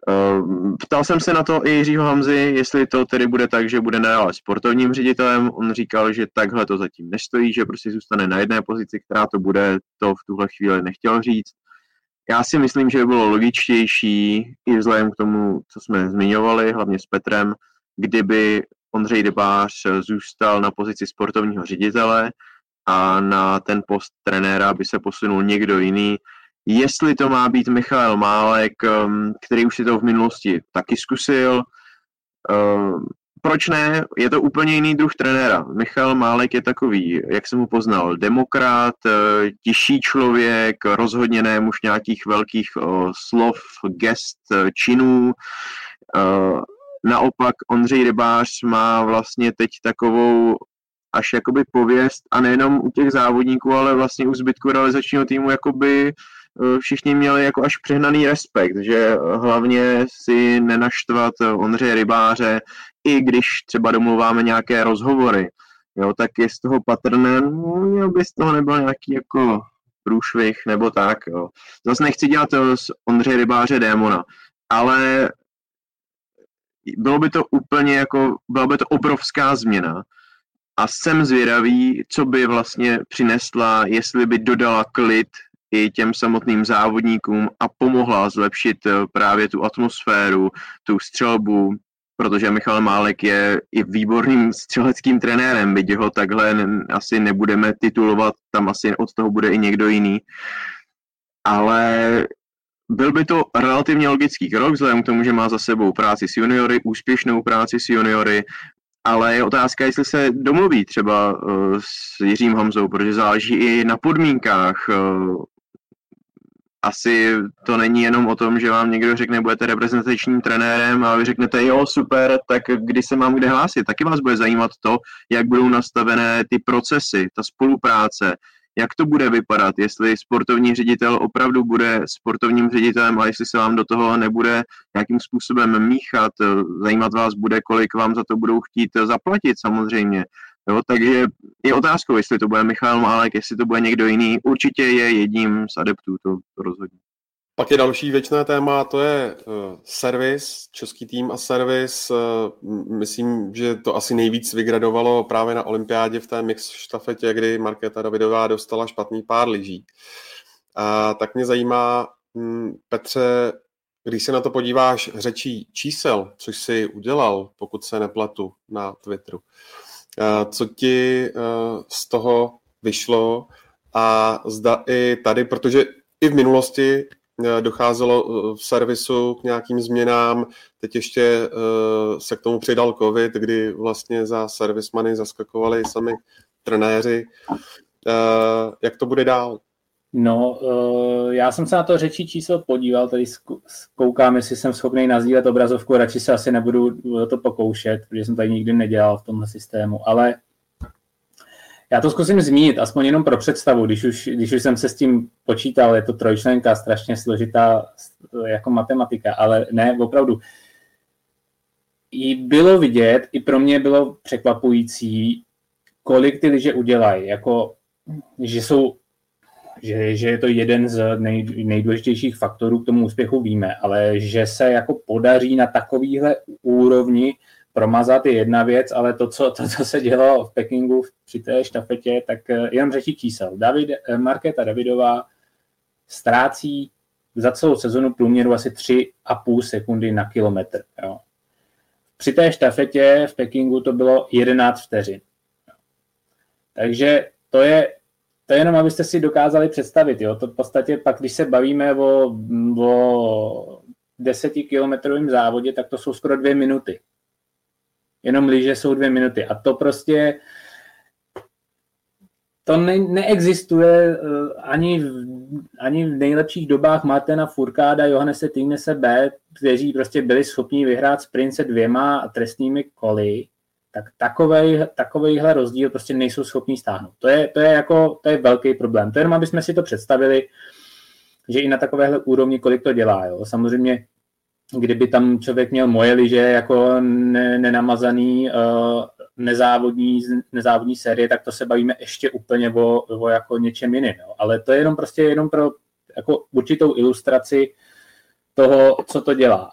Ptal jsem se na to i Jiřího Hamzy, jestli to tedy bude tak, že bude nadále sportovním ředitelem. On říkal, že takhle to zatím nestojí, že prostě zůstane na jedné pozici, která to bude, to v tuhle chvíli nechtěl říct. Já si myslím, že by bylo logičtější i vzhledem k tomu, co jsme zmiňovali, hlavně s Petrem, kdyby Ondřej Rybář zůstal na pozici sportovního ředitele a na ten post trenéra by se posunul někdo jiný. Jestli to má být Michal Málek, který už si to v minulosti taky zkusil, proč ne? Je to úplně jiný druh trenéra. Michal Málek je takový, jak jsem ho poznal, demokrat, tišší člověk, rozhodně ne muž nějakých velkých slov, gest, činů. Naopak Ondřej Rybář má vlastně teď takovou až jakoby pověst, a nejenom u těch závodníků, ale vlastně u zbytku realizačního týmu jakoby všichni měli jako až přehnaný respekt, že hlavně si nenaštvat Ondřeje Rybáře, i když třeba domluváme nějaké rozhovory, jo, tak je z toho patrné, no, aby z toho nebyl nějaký jako průšvih nebo tak, jo. Zase nechci dělat z Ondřeje Rybáře démona, ale bylo by to úplně jako, byla by to obrovská změna a jsem zvědavý, co by vlastně přinesla, jestli by dodala klid i těm samotným závodníkům a pomohla zlepšit právě tu atmosféru, tu střelbu, protože Michal Málek je i výborným střeleckým trenérem, byť ho takhle asi nebudeme titulovat, tam asi od toho bude i někdo jiný, ale byl by to relativně logický krok, vzhledem k tomu, že má za sebou práci s juniory, úspěšnou práci s juniory, ale je otázka, jestli se domluví třeba uh, s Jiřím Hamzou, protože záleží i na podmínkách. Uh, asi to není jenom o tom, že vám někdo řekne, budete reprezentačním trenérem a vy řeknete, jo, super, tak kdy se mám kde hlásit. Taky vás bude zajímat to, jak budou nastavené ty procesy, ta spolupráce, jak to bude vypadat, jestli sportovní ředitel opravdu bude sportovním ředitelem a jestli se vám do toho nebude nějakým způsobem míchat, zajímat vás bude, kolik vám za to budou chtít zaplatit samozřejmě. Jo, takže je otázkou, jestli to bude Michal Málek, jestli to bude někdo jiný. Určitě je jedním z adeptů, to, to rozhodně. Pak je další věčné téma, to je uh, servis, český tým a servis. Uh, myslím, že to asi nejvíc vygradovalo právě na olympiádě v té mix štafetě, kdy Markéta Davidová dostala špatný pár lyží. A tak mě zajímá, um, Petře, když se na to podíváš řečí čísel, což jsi udělal, pokud se nepletu na Twitteru, uh, co ti uh, z toho vyšlo a zda i tady, protože i v minulosti docházelo v servisu k nějakým změnám, teď ještě uh, se k tomu přidal covid, kdy vlastně za servismany zaskakovali sami trenéři. Uh, jak to bude dál? No, uh, já jsem se na to řečí číslo podíval, tady koukám, jestli jsem schopný nazdílet obrazovku, radši se asi nebudu to pokoušet, protože jsem tady nikdy nedělal v tomhle systému, ale já to zkusím zmínit, aspoň jenom pro představu, když už, když už jsem se s tím počítal, je to trojčlenka, strašně složitá jako matematika, ale ne, opravdu. I bylo vidět, i pro mě bylo překvapující, kolik ty lyže udělají, jako, že jsou, že, že je to jeden z nej, nejdůležitějších faktorů k tomu úspěchu, víme, ale že se jako podaří na takovýhle úrovni promazat je jedna věc, ale to, co, to, co se dělo v Pekingu při té štafetě, tak jenom řečí čísel. David, Markéta Davidová ztrácí za celou sezonu průměru asi tři a půl sekundy na kilometr. Jo. Při té štafetě v Pekingu to bylo jedenáct vteřin. Jo. Takže to je, to je jenom, abyste si dokázali představit. Jo. To v podstatě pak, když se bavíme o, o desetikilometrovém závodě, tak to jsou skoro dvě minuty. Jenom lyže jsou dvě minuty. A to prostě to ne, neexistuje uh, ani, v, ani v nejlepších dobách Martina Fourcada, Johannese Tingese B, kteří prostě byli schopni vyhrát sprint se dvěma trestnými koly, tak takovej, takovejhle rozdíl prostě nejsou schopni stáhnout. To je, to je jako, to je velký problém. To je jenom, aby jsme si to představili, že i na takovéhle úrovni, kolik to dělá. Jo. Samozřejmě kdyby tam člověk měl moje lyže jako ne, nenamazaný uh, nezávodní, nezávodní série, tak to se bavíme ještě úplně o, o jako něčem jiným. Jo. Ale to je jenom prostě jenom pro jako určitou ilustraci toho, co to dělá.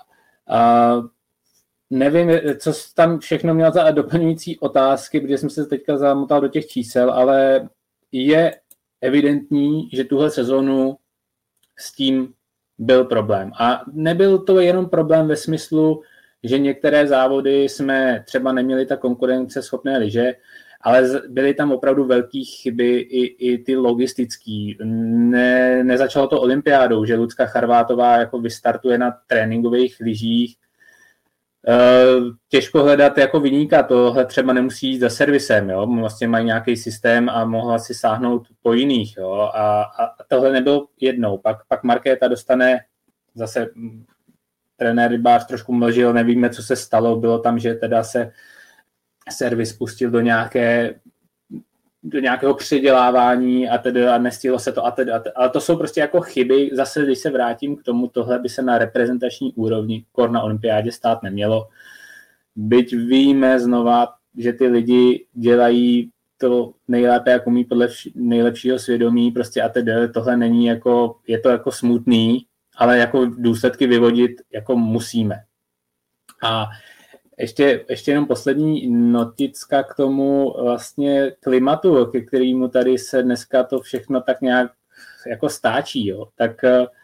Uh, nevím, co tam všechno měl za doplňující otázky, protože jsem se teďka zamotal do těch čísel, ale je evidentní, že tuhle sezonu s tím byl problém. A nebyl to jenom problém ve smyslu, že některé závody jsme třeba neměli ta konkurenceschopné lyže, ale byly tam opravdu velké chyby i, i ty logistický. Ne, nezačalo to olympiádou, že Lucka Charvátová jako vystartuje na tréninkových lyžích. E, těžko hledat jako viníka, tohle třeba nemusí jít za servisem, jo? Vlastně mají nějaký systém a mohla si sáhnout po jiných. Jo? A, a tohle nebylo jednou. Pak, pak Markéta dostane zase trenér Rybář trošku mlžil, nevíme, co se stalo, bylo tam, že teda se servis pustil do nějaké do nějakého předělávání a tedy a nestihlo se to a tedy, a tedy. Ale to jsou prostě jako chyby, zase když se vrátím k tomu, tohle by se na reprezentační úrovni kor na olympiádě stát nemělo. Byť víme znova, že ty lidi dělají to nejlépe, jak umí podle nejlepšího svědomí, prostě a tedy tohle není jako, je to jako smutný, ale jako důsledky vyvodit jako musíme. A ještě, ještě jenom poslední noticka k tomu vlastně klimatu, ke kterému tady se dneska to všechno tak nějak jako stáčí. Jo. Tak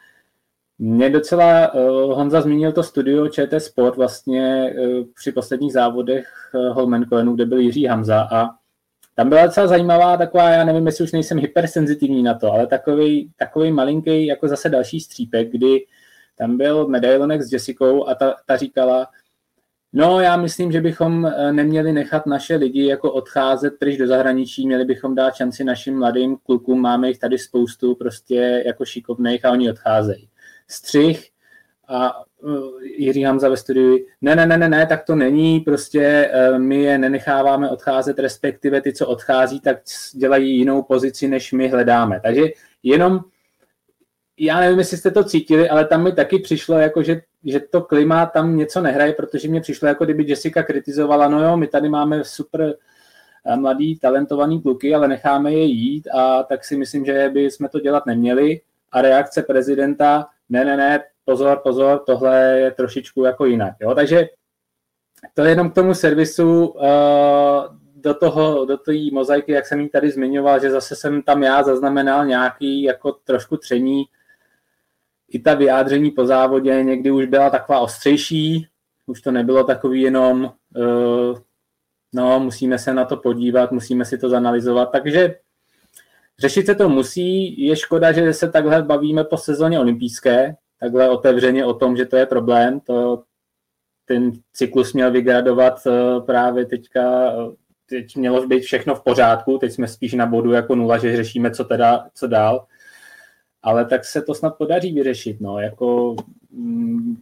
mě docela Honza zmínil to studio ČT Sport vlastně při posledních závodech Holmenkollenu, kde byl Jiří Hamza a tam byla docela zajímavá taková, já nevím, jestli už nejsem hypersenzitivní na to, ale takový, takový malinký jako zase další střípek, kdy tam byl medailonek s Jessicou a ta, ta říkala, no já myslím, že bychom neměli nechat naše lidi jako odcházet pryč do zahraničí, měli bychom dát šanci našim mladým klukům, máme jich tady spoustu prostě jako šikovných a oni odcházejí. Střih a Jiří Hamza ve studiu, ne, ne, ne, ne, ne, tak to není, prostě my je nenecháváme odcházet, respektive ty, co odchází, tak dělají jinou pozici, než my hledáme. Takže jenom, já nevím, jestli jste to cítili, ale tam mi taky přišlo, jako že, že to klima tam něco nehraje, protože mě přišlo, jako kdyby Jessica kritizovala, no jo, my tady máme super mladý, talentovaný kluky, ale necháme je jít a tak si myslím, že by jsme to dělat neměli. A reakce prezidenta, ne, ne, ne, pozor, pozor, tohle je trošičku jako jinak. Jo? Takže to je jenom k tomu servisu, uh, do toho, do té mozaiky, jak jsem ji tady zmiňoval, že zase jsem tam já zaznamenal nějaký jako trošku tření. I ta vyjádření po závodě někdy už byla taková ostřejší, už to nebylo takový jenom, uh, no, musíme se na to podívat, musíme si to zanalyzovat, takže řešit se to musí, je škoda, že se takhle bavíme po sezóně olympijské, takhle otevřeně o tom, že to je problém, to, ten cyklus měl vygradovat uh, právě teďka, teď mělo být všechno v pořádku, teď jsme spíš na bodu jako nula, že řešíme, co teda, co dál, ale tak se to snad podaří vyřešit, no, jako mm,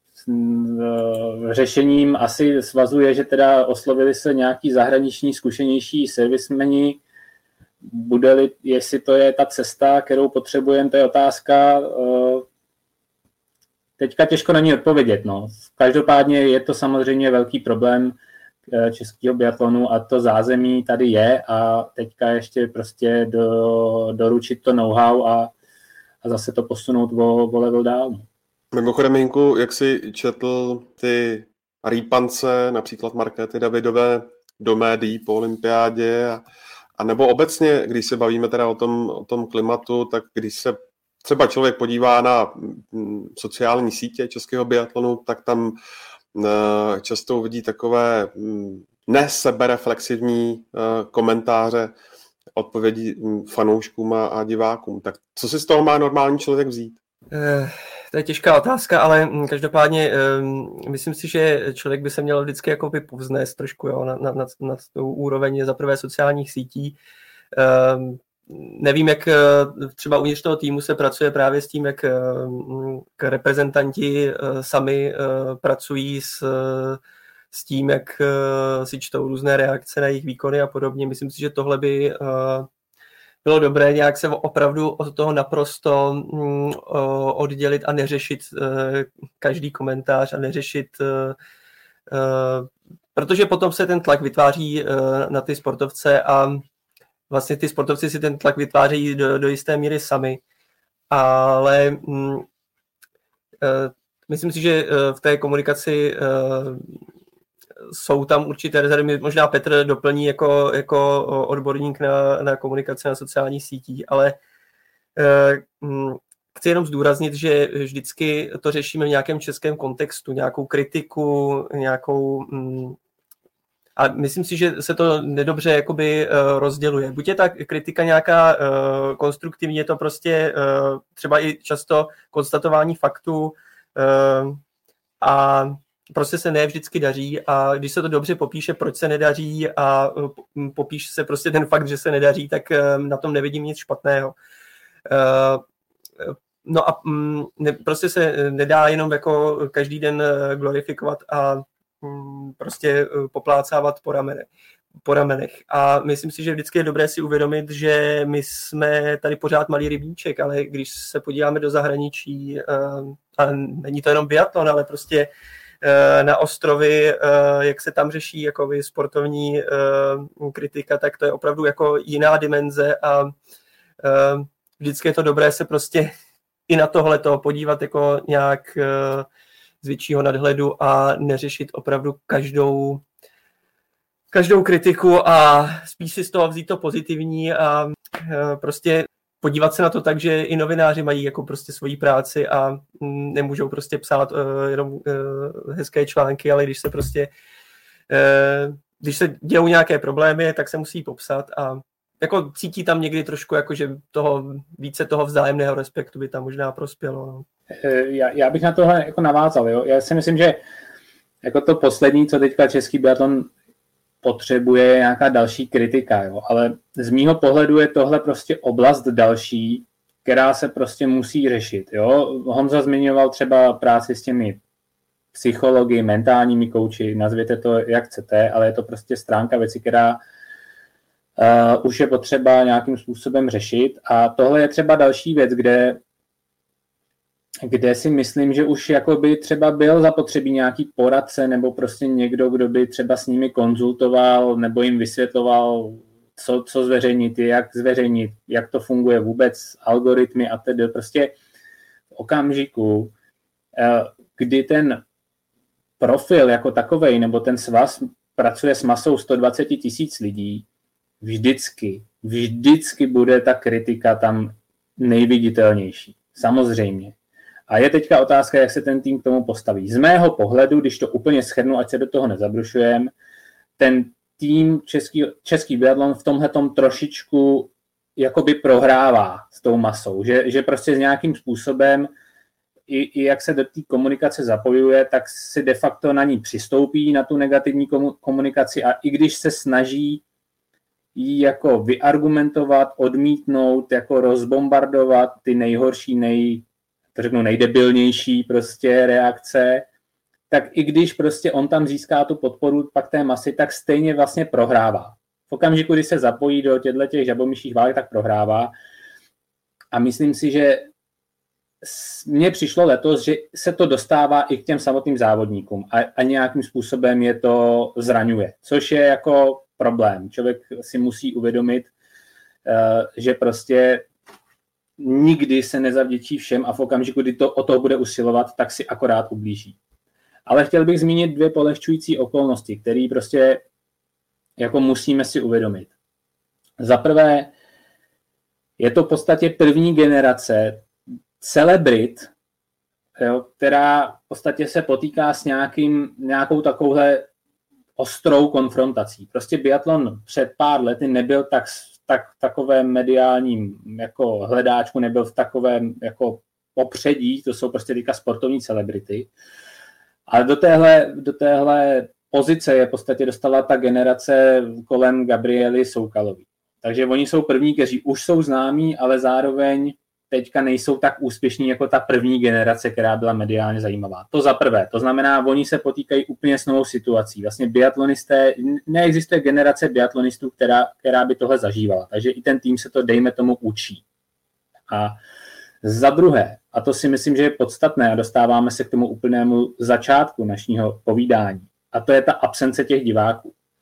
řešením asi svazuje, že teda oslovili se nějaký zahraniční zkušenější servismeni, bude-li, jestli to je ta cesta, kterou potřebujeme, to je otázka. Teďka těžko na ní odpovědět. No. Každopádně je to samozřejmě velký problém českého biatlonu a to zázemí tady je a teďka ještě prostě do, doručit to know-how a, a zase to posunout o, o level dál. Mimochodem, Jinku, jak jsi četl ty rýpance, například Markéty Davidové do médií po olympiádě a A nebo obecně, když se bavíme teda o tom, o tom klimatu, tak když se třeba člověk podívá na sociální sítě českého biatlonu, tak tam často uvidí takové nesebereflexivní komentáře, odpovědi fanouškům a divákům. Tak co si z toho má normální člověk vzít? To je těžká otázka, ale každopádně myslím si, že člověk by se měl vždycky jakoby povznést trošku jo, nad, nad, nad tou úroveň za prvé sociálních sítí. Nevím, jak třeba uvnitř toho týmu se pracuje právě s tím, jak reprezentanti sami pracují s, s tím, jak si čtou různé reakce na jejich výkony a podobně. Myslím si, že tohle by bylo dobré nějak se opravdu od toho naprosto mm, oddělit a neřešit uh, každý komentář a neřešit, uh, uh, protože potom se ten tlak vytváří uh, na ty sportovce a vlastně ty sportovci si ten tlak vytvářejí do, do jisté míry sami, ale mm, uh, myslím si, že v té komunikaci jsou tam určité rezervy, možná Petr doplní jako, jako odborník na, na komunikaci na sociálních sítích, ale chci jenom zdůraznit, že vždycky to řešíme v nějakém českém kontextu, nějakou kritiku, nějakou... A myslím si, že se to nedobře jakoby rozděluje. Buď je ta kritika nějaká konstruktivní, je to prostě třeba i často konstatování faktů a prostě se ne vždycky daří a když se to dobře popíše, proč se nedaří a popíše se prostě ten fakt, že se nedaří, tak na tom nevidím nic špatného. No a ne, prostě se nedá jenom jako každý den glorifikovat a prostě poplácávat po ramenech. po ramenech. A myslím si, že vždycky je dobré si uvědomit, že my jsme tady pořád malý rybníček, ale když se podíváme do zahraničí, a není to jenom biatlon, ale prostě na ostrovy, jak se tam řeší jakoby sportovní kritika, tak to je opravdu jako jiná dimenze a vždycky je to dobré se prostě i na tohleto podívat jako nějak z většího nadhledu a neřešit opravdu každou každou kritiku a spíš si z toho vzít to pozitivní a prostě podívat se na to tak, že i novináři mají jako prostě svoji práci a nemůžou prostě psát jenom hezké články, ale když se prostě když se dějou nějaké problémy, tak se musí popsat a jako cítí tam někdy trošku jako, že toho, více toho vzájemného respektu by tam možná prospělo. No. Já, já bych na tohle jako navázal. Jo? Já si myslím, že jako to poslední, co teďka český biatlon potřebuje, je nějaká další kritika. Jo? Ale z mýho pohledu je tohle prostě oblast další, která se prostě musí řešit. Jo? Honza zmiňoval třeba práci s těmi psychologi, mentálními kouči, nazvěte to jak chcete, ale je to prostě stránka věci, která Uh, už je potřeba nějakým způsobem řešit a tohle je třeba další věc, kde, kde si myslím, že už jakoby třeba byl zapotřebí nějaký poradce nebo prostě někdo, kdo by třeba s nimi konzultoval nebo jim vysvětloval, co, co zveřejnit, jak zveřejnit, jak to funguje vůbec, algoritmy a tedy. Prostě v okamžiku, uh, kdy ten profil jako takovej nebo ten svaz pracuje s masou sto dvacet tisíc lidí, vždycky, vždycky bude ta kritika tam nejviditelnější. Samozřejmě. A je teďka otázka, jak se ten tým k tomu postaví. Z mého pohledu, když to úplně shrnu, ať se do toho nezabrušujeme, ten tým český, český biatlon v tomhletom trošičku jakoby prohrává s tou masou. Že, že prostě s nějakým způsobem i, i jak se do té komunikace zapojuje, tak si de facto na ní přistoupí, na tu negativní komunikaci a i když se snaží jí jako vyargumentovat, odmítnout, jako rozbombardovat ty nejhorší, nej, to řeknu nejdebilnější prostě reakce, tak i když prostě on tam získá tu podporu pak té masy, tak stejně vlastně prohrává. V okamžiku, kdy se zapojí do těchto těch žabomyších válek, tak prohrává. A myslím si, že mně přišlo letos, že se to dostává i k těm samotným závodníkům a, a nějakým způsobem je to zraňuje, což je jako problém. Člověk si musí uvědomit, že prostě nikdy se nezavděčí všem a v okamžiku, kdy to o to bude usilovat, tak si akorát ublíží. Ale chtěl bych zmínit dvě polehčující okolnosti, které prostě jako musíme si uvědomit. Za prvé, je to v podstatě první generace celebrit, jo, která v podstatě se potýká s nějakým, nějakou takovouhle ostrou konfrontací. Prostě biatlon před pár lety nebyl tak, tak takovém mediálním jako hledáčku, nebyl v takovém jako popředí, to jsou prostě teďka sportovní celebrity. Ale do téhle, do téhle pozice je v podstatě dostala ta generace kolem Gabriely Soukalový. Takže oni jsou první, kteří už jsou známí, ale zároveň teďka nejsou tak úspěšní jako ta první generace, která byla mediálně zajímavá. To za prvé. To znamená, oni se potýkají úplně s novou situací. Vlastně biatlonisté, neexistuje generace biatlonistů, která, která by tohle zažívala. Takže i ten tým se to, dejme tomu, učí. A za druhé, a to si myslím, že je podstatné, a dostáváme se k tomu úplnému začátku našního povídání, a to je ta absence těch diváků.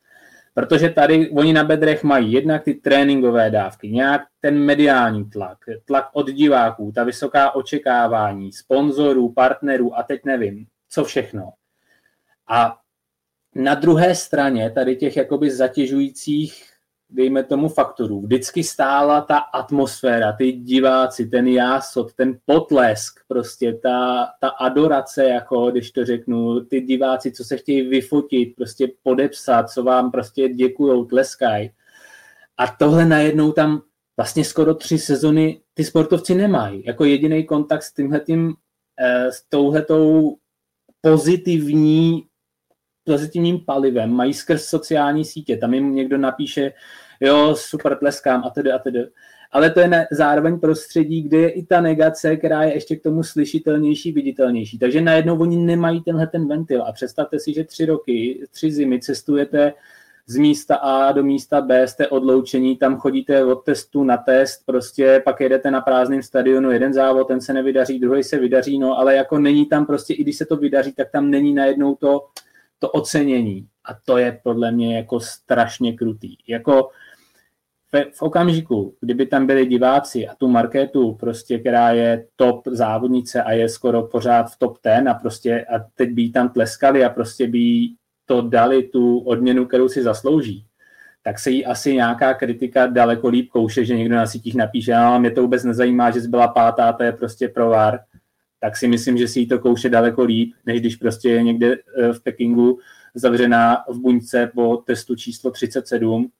Protože tady oni na bedrech mají jednak ty tréninkové dávky, nějak ten mediální tlak, tlak od diváků, ta vysoká očekávání, sponzorů, partnerů a teď nevím, co všechno. A na druhé straně tady těch jakoby zatěžujících, dejme tomu, faktorů, vždycky stála ta atmosféra, ty diváci, ten jásot, ten potlesk, prostě ta, ta adorace, jako když to řeknu, ty diváci, co se chtějí vyfotit, prostě podepsat, co vám prostě děkujou, tleskají. A tohle najednou tam vlastně skoro tři sezony ty sportovci nemají. Jako jediný kontakt s tímhletím, s touhletou pozitivní pozitivním palivem, mají skrz sociální sítě, tam jim někdo napíše, jo, super, tleskám a tedy a tedy. Ale to je ne, zároveň prostředí, kde je i ta negace, která je ještě k tomu slyšitelnější, viditelnější. Takže najednou oni nemají tenhle ten ventil a představte si, že tři roky, tři zimy cestujete z místa A do místa B, jste odloučení, tam chodíte od testu na test, prostě pak jedete na prázdném stadionu, jeden závod, ten se nevydaří, druhý se vydaří, no ale jako není tam prostě, i když se to vydaří, tak tam není najednou to to ocenění. A to je podle mě jako strašně krutý. Jako v, v okamžiku, kdyby tam byli diváci a tu Markétu, prostě, která je top závodnice a je skoro pořád v top ten a prostě a teď by jí tam tleskali a prostě by jí to dali tu odměnu, kterou si zaslouží, tak se jí asi nějaká kritika daleko líp kouše, že někdo na sítích napíše, no, mě to vůbec nezajímá, že jsi byla pátá, to je prostě provar. Tak si myslím, že si jí to kouše daleko líp, než když prostě je někde v Pekingu zavřená v buňce po testu číslo třicet sedm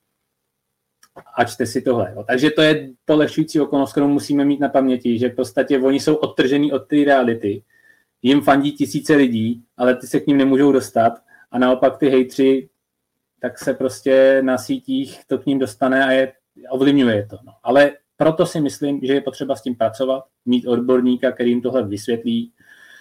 a čte si tohle. Jo. Takže to je polehčující okolnost, kterou musíme mít na paměti, že v podstatě oni jsou odtržený od té reality. Jim fandí tisíce lidí, ale ty se k ním nemůžou dostat a naopak ty hejtři, tak se prostě na sítích to k ním dostane a je, ovlivňuje to. No. Ale proto si myslím, že je potřeba s tím pracovat, mít odborníka, který jim tohle vysvětlí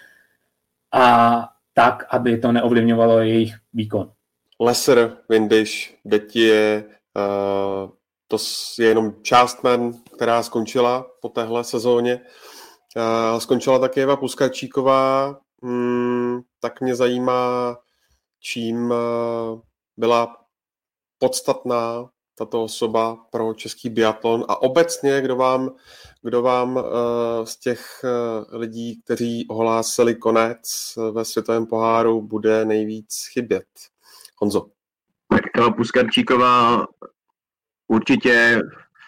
a tak, aby to neovlivňovalo jejich výkon. Lesser, Windisch, Detie, uh, to je jenom část men, která skončila po téhle sezóně. Uh, skončila také Eva Puskačíková, hmm, tak mě zajímá, čím uh, byla podstatná tato osoba pro český biatlon a obecně, kdo vám, kdo vám uh, z těch uh, lidí, kteří ohlásili konec ve světovém poháru, bude nejvíc chybět? Honzo. Tak Eva Puskarčíková určitě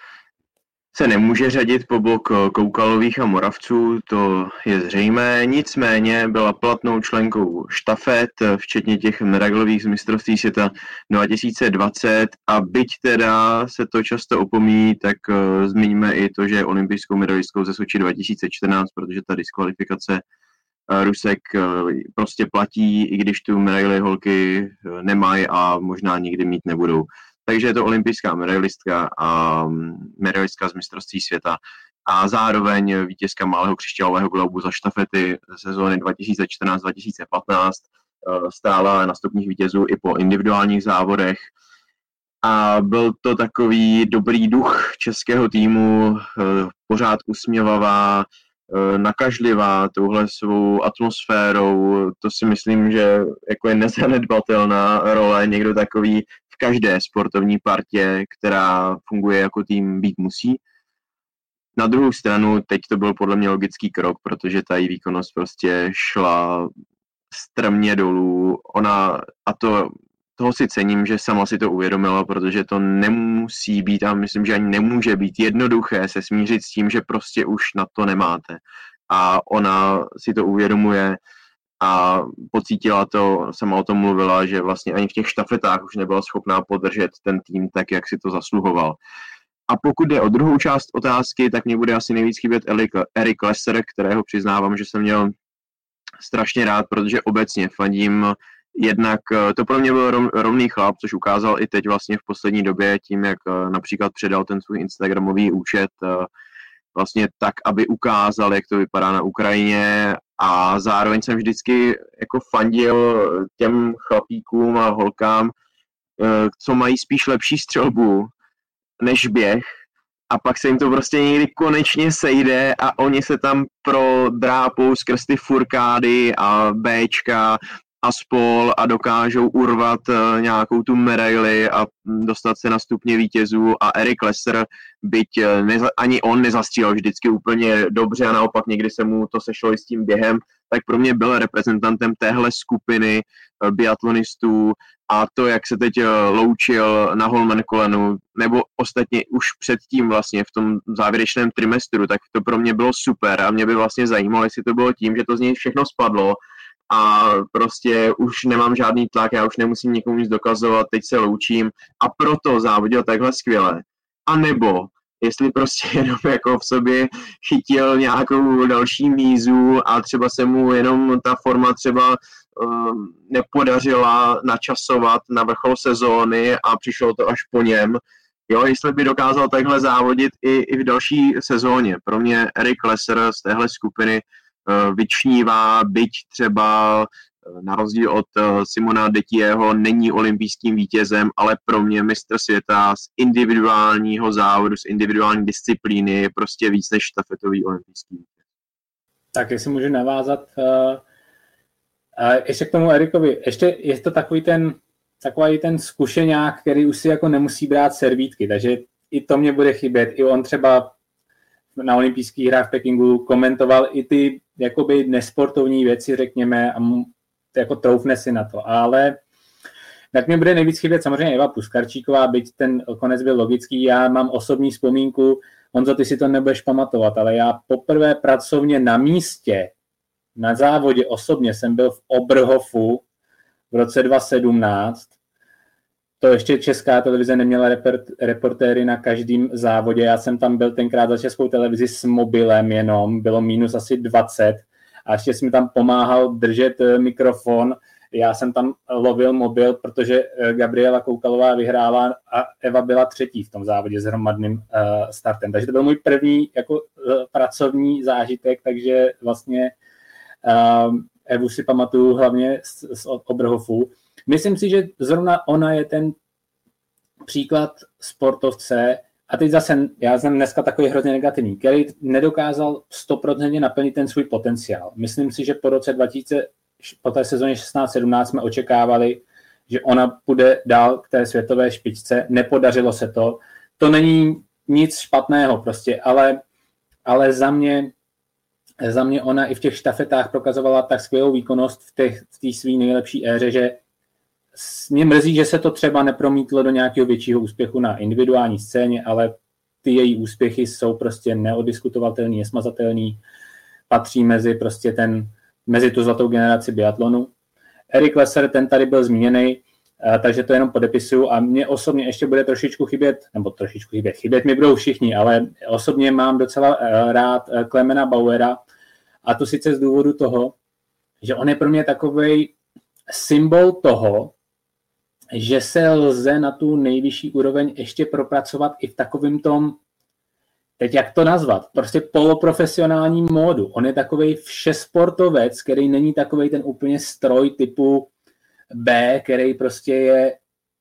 se nemůže řadit po bok Koukalových a Moravců, to je zřejmé, nicméně byla platnou členkou štafet, včetně těch medailových z mistrovství světa dva tisíce dvacet a byť teda se to často opomíjí, tak uh, zmiňme i to, že je olympijskou medailistkou ze Soči dva tisíce čtrnáct, protože ta diskvalifikace uh, Rusek uh, prostě platí, i když tu medaili holky uh, nemají a možná nikdy mít nebudou. Takže je to olympijská medailistka a medailistka z mistrovství světa a zároveň vítězka malého křišťálového globu za štafety sezóny dva tisíce čtrnáct dva tisíce patnáct, stála na stupních vítězů i po individuálních závodech a byl to takový dobrý duch českého týmu, pořád usměvavá, nakažlivá touhle svou atmosférou, to si myslím, že jako je nezanedbatelná role, někdo takový v každé sportovní partě, která funguje jako tým, být musí. Na druhou stranu, teď to byl podle mě logický krok, protože ta její výkonnost prostě šla strmě dolů. Ona, a to, toho si cením, že sama si to uvědomila, protože to nemusí být, a myslím, že ani nemůže být jednoduché se smířit s tím, že prostě už na to nemáte. A ona si to uvědomuje a pocítila to, sama o tom mluvila, že vlastně ani v těch štafetách už nebyla schopná podržet ten tým tak, jak si to zasluhoval. A pokud jde o druhou část otázky, tak mě bude asi nejvíc chybět Erik Lesser, kterého přiznávám, že jsem měl strašně rád, protože obecně fandím jednak, to pro mě byl rovný chlap, což ukázal i teď vlastně v poslední době tím, jak například předal ten svůj instagramový účet vlastně tak, aby ukázal, jak to vypadá na Ukrajině a zároveň jsem vždycky jako fandil těm chlapíkům a holkám, co mají spíš lepší střelbu než běh a pak se jim to prostě někdy konečně sejde a oni se tam prodrápou skrz ty furkády a béčka a spol a dokážou urvat nějakou tu medaili a dostat se na stupně vítězů a Erik Lesser, byť neza, ani on nezastřílel vždycky úplně dobře a naopak někdy se mu to sešlo i s tím během, tak pro mě byl reprezentantem téhle skupiny biatlonistů a to, jak se teď loučil na Holmenkollenu, nebo ostatně už předtím vlastně v tom závěrečném trimestru, tak to pro mě bylo super a mě by vlastně zajímalo, jestli to bylo tím, že to z něj všechno spadlo a prostě už nemám žádný tlak, já už nemusím nikomu nic dokazovat, teď se loučím a proto závodil takhle skvěle. A nebo jestli prostě jenom jako v sobě chytil nějakou další mízu a třeba se mu jenom ta forma třeba uh, nepodařila načasovat na vrchol sezóny a přišlo to až po něm. Jo, jestli by dokázal takhle závodit i, i v další sezóně. Pro mě Erik Lesser z téhle skupiny uh, vyčnívá, byť třeba uh, na rozdíl od uh, Simona Detieho není olympijským vítězem, ale pro mě mistr světa z individuálního závodu, z individuální disciplíny je prostě víc než štafetový olympijský vítěz. Tak jestli můžu navázat uh, uh, ještě k tomu Erikovi. Ještě je to takový ten takový ten zkušeňák, který už si jako nemusí brát servítky, takže i to mě bude chybět. I on třeba na olympijských hrách v Pekingu komentoval i ty jakoby nesportovní věci, řekněme, a mu, jako troufne si na to. Ale tak mě bude nejvíc chybět samozřejmě Eva Puskarčíková, byť ten konec byl logický. Já mám osobní vzpomínku, Honzo, ty si to nebudeš pamatovat, ale já poprvé pracovně na místě, na závodě osobně jsem byl v Oberhofu v roce dva tisíce sedmnáct. To ještě Česká televize neměla report, reportéry na každém závodě. Já jsem tam byl tenkrát za Českou televizi s mobilem jenom, bylo minus asi dvacet a ještě jsem mi tam pomáhal držet mikrofon. Já jsem tam lovil mobil, protože Gabriela Koukalová vyhrála a Eva byla třetí v tom závodě s hromadným uh, startem. Takže to byl můj první jako uh, pracovní zážitek, takže vlastně uh, Evu si pamatuju hlavně z, z Oberhofu. Myslím si, že zrovna ona je ten příklad sportovce, a teď zase, já jsem dneska takový hrozně negativní, který nedokázal stoprocentně naplnit ten svůj potenciál. Myslím si, že po roce dva tisíce, po té sezóně šestnáct sedmnáct jsme očekávali, že ona půjde dál k té světové špičce. Nepodařilo se to. To není nic špatného prostě, ale, ale za mě Za mě ona i v těch štafetách prokazovala tak skvělou výkonnost v té v své nejlepší éře, že mě mrzí, že se to třeba nepromítlo do nějakého většího úspěchu na individuální scéně, ale ty její úspěchy jsou prostě neodiskutovatelný, nesmazatelný, patří mezi prostě ten, mezi tu zlatou generaci biatlonu. Erik Lesser, ten tady byl zmíněný, takže to jenom podepisuju a mě osobně ještě bude trošičku chybět, nebo trošičku chybět, chybět mi budou všichni, ale osobně mám docela rád Klemena Bauera a to sice z důvodu toho, že on je pro mě takovej symbol toho, že se lze na tu nejvyšší úroveň ještě propracovat i v takovém tom, teď jak to nazvat, prostě poloprofesionálním módu. On je takovej všesportovec, který není takovej ten úplně stroj typu B, který prostě je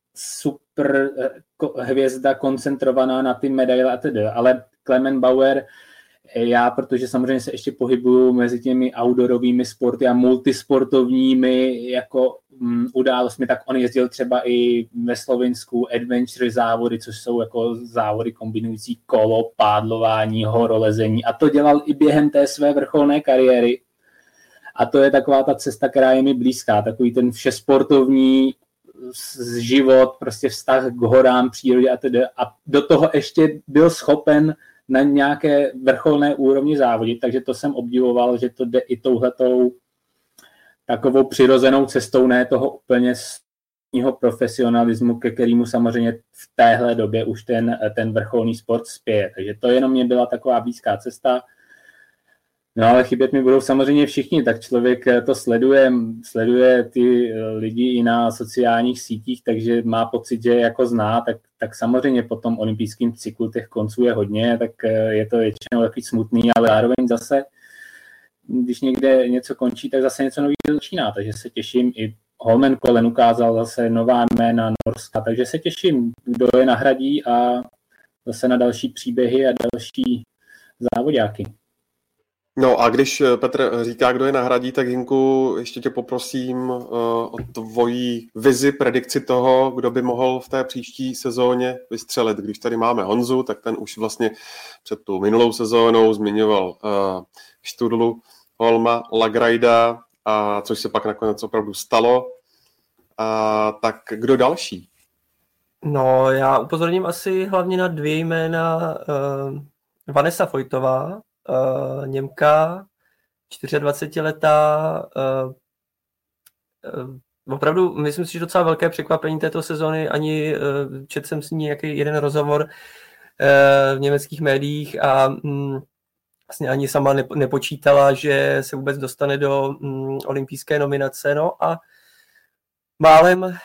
super hvězda koncentrovaná na ty medaile a tedy. Ale Klement Bauer, já, protože samozřejmě se ještě pohybuju mezi těmi outdoorovými sporty a multisportovními jako um, událostmi, tak on jezdil třeba i ve Slovinsku adventure závody, což jsou jako závody kombinující kolo, pádlování, horolezení a to dělal i během té své vrcholné kariéry. A to je taková ta cesta, která je mi blízká, takový ten všesportovní život, prostě vztah k horám, přírodě a tedy. A do toho ještě byl schopen na nějaké vrcholné úrovni závodit, takže to jsem obdivoval, že to jde i touhletou takovou přirozenou cestou, ne toho úplně stního profesionalismu, ke kterému samozřejmě v téhle době už ten, ten vrcholný sport spěje. Takže to jenom mě byla taková blízká cesta. No ale chybět mi budou samozřejmě všichni, tak člověk to sleduje, sleduje ty lidi i na sociálních sítích, takže má pocit, že jako zná, tak, tak samozřejmě po tom olympijském cyklu těch konců je hodně, tak je to většinou takový smutný, ale zároveň zase, když někde něco končí, tak zase něco nového začíná, takže se těším. I Holmenkollen ukázal zase nová jména Norska, takže se těším, kdo je nahradí a zase na další příběhy a další závodáky. No a když Petr říká, kdo je nahradí, tak Hinku, ještě tě poprosím uh, o tvoji vizi, predikci toho, kdo by mohl v té příští sezóně vystřelit. Když tady máme Honzu, tak ten už vlastně před tou minulou sezónou zmiňoval uh, Študlu, Holma, Lagrajda, a což se pak nakonec opravdu stalo. A tak kdo další? No, já upozorním asi hlavně na dvě jména. Uh, Vanessa Vojtová, Uh, Němka, čtyřicetiletá, uh, uh, opravdu myslím si, že docela velké překvapení této sezony, ani uh, četl jsem s ní nějaký jeden rozhovor uh, v německých médiích a um, vlastně ani sama nepo, nepočítala, že se vůbec dostane do um, olympijské nominace, no a málem, uh,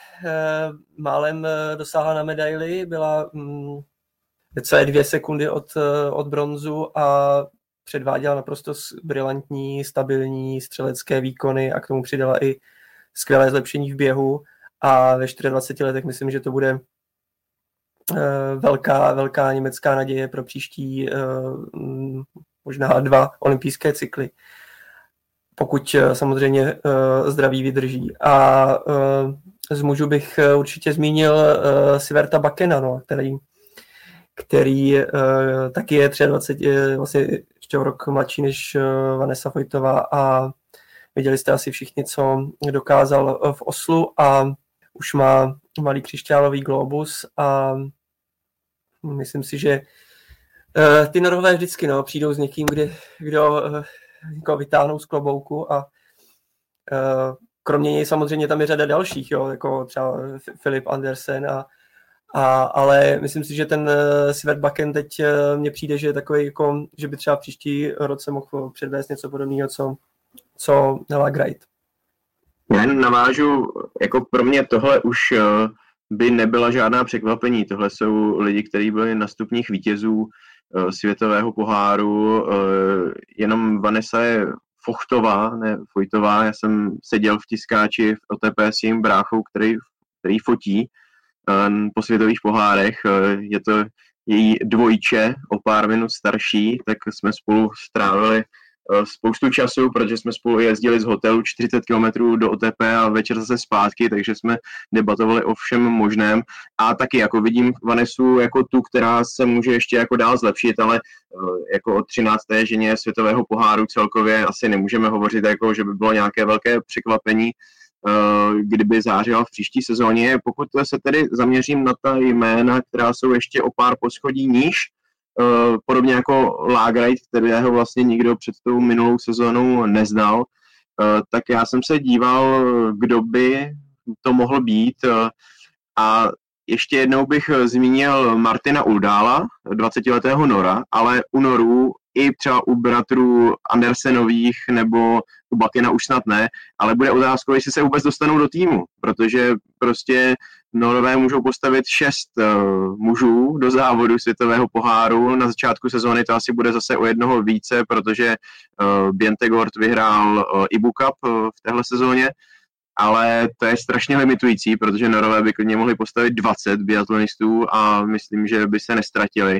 málem uh, dosáhla na medaili, byla um, celé dvě sekundy od, uh, od bronzu a předváděla naprosto brilantní, stabilní střelecké výkony a k tomu přidala i skvělé zlepšení v běhu a ve dvaceti čtyřech letech myslím, že to bude uh, velká, velká německá naděje pro příští uh, možná dva olympijské cykly, pokud uh, samozřejmě uh, zdraví vydrží. A uh, z mužů bych uh, určitě zmínil uh, Siverta Bakena, no, který který uh, taky je dvacet tři, je vlastně ještě o rok mladší než uh, Vanessa Vojtová a viděli jste asi všichni, co dokázal v Oslu a už má malý křišťálový globus a myslím si, že uh, ty Norové vždycky no, přijdou s někým, kdy, kdo uh, jako vytáhnou z klobouku a uh, kromě něj samozřejmě tam je řada dalších, jo, jako třeba Filip Andersen a A, ale myslím si, že ten uh, Sivert Bakken teď uh, mně přijde, že je takový, jako, že by třeba příští roce mohl předvést něco podobného, co, co Lagrajt. Já jen navážu, jako pro mě tohle už uh, by nebyla žádná překvapení. Tohle jsou lidi, kteří byli na stupních vítězů uh, světového poháru. Uh, jenom Vanessa je Fochtová, ne Vojtová. Já jsem seděl v tiskáči v O T P s jejím bráchou, který, který fotí po světových pohárech. Je to její dvojče, o pár minut starší, tak jsme spolu strávili spoustu času, protože jsme spolu jezdili z hotelu čtyřicet kilometrů do O T P a večer zase zpátky, takže jsme debatovali o všem možném. A taky jako vidím Vanessu jako tu, která se může ještě jako dál zlepšit, ale jako o třinácté ženě světového poháru celkově asi nemůžeme hovořit, jako že by bylo nějaké velké překvapení, kdyby zářila v příští sezóně. Pokud se tedy zaměřím na ta jména, která jsou ještě o pár poschodí níž, podobně jako Lagrajt, kterého vlastně nikdo před tou minulou sezónou neznal, tak já jsem se díval, kdo by to mohl být a ještě jednou bych zmínil Martina Uldála, dvacetiletého Nora, ale u Norů i třeba u bratrů Andersenových nebo u Bakena už snad ne, ale bude otázkou, jestli se vůbec dostanou do týmu, protože prostě Norové můžou postavit šest uh, mužů do závodu světového poháru. Na začátku sezóny to asi bude zase o jednoho více, protože uh, Bjentegård vyhrál uh, Ibu Cup uh, v téhle sezóně, ale to je strašně limitující, protože Norové by klidně mohli postavit dvacet biatlonistů a myslím, že by se nestratili.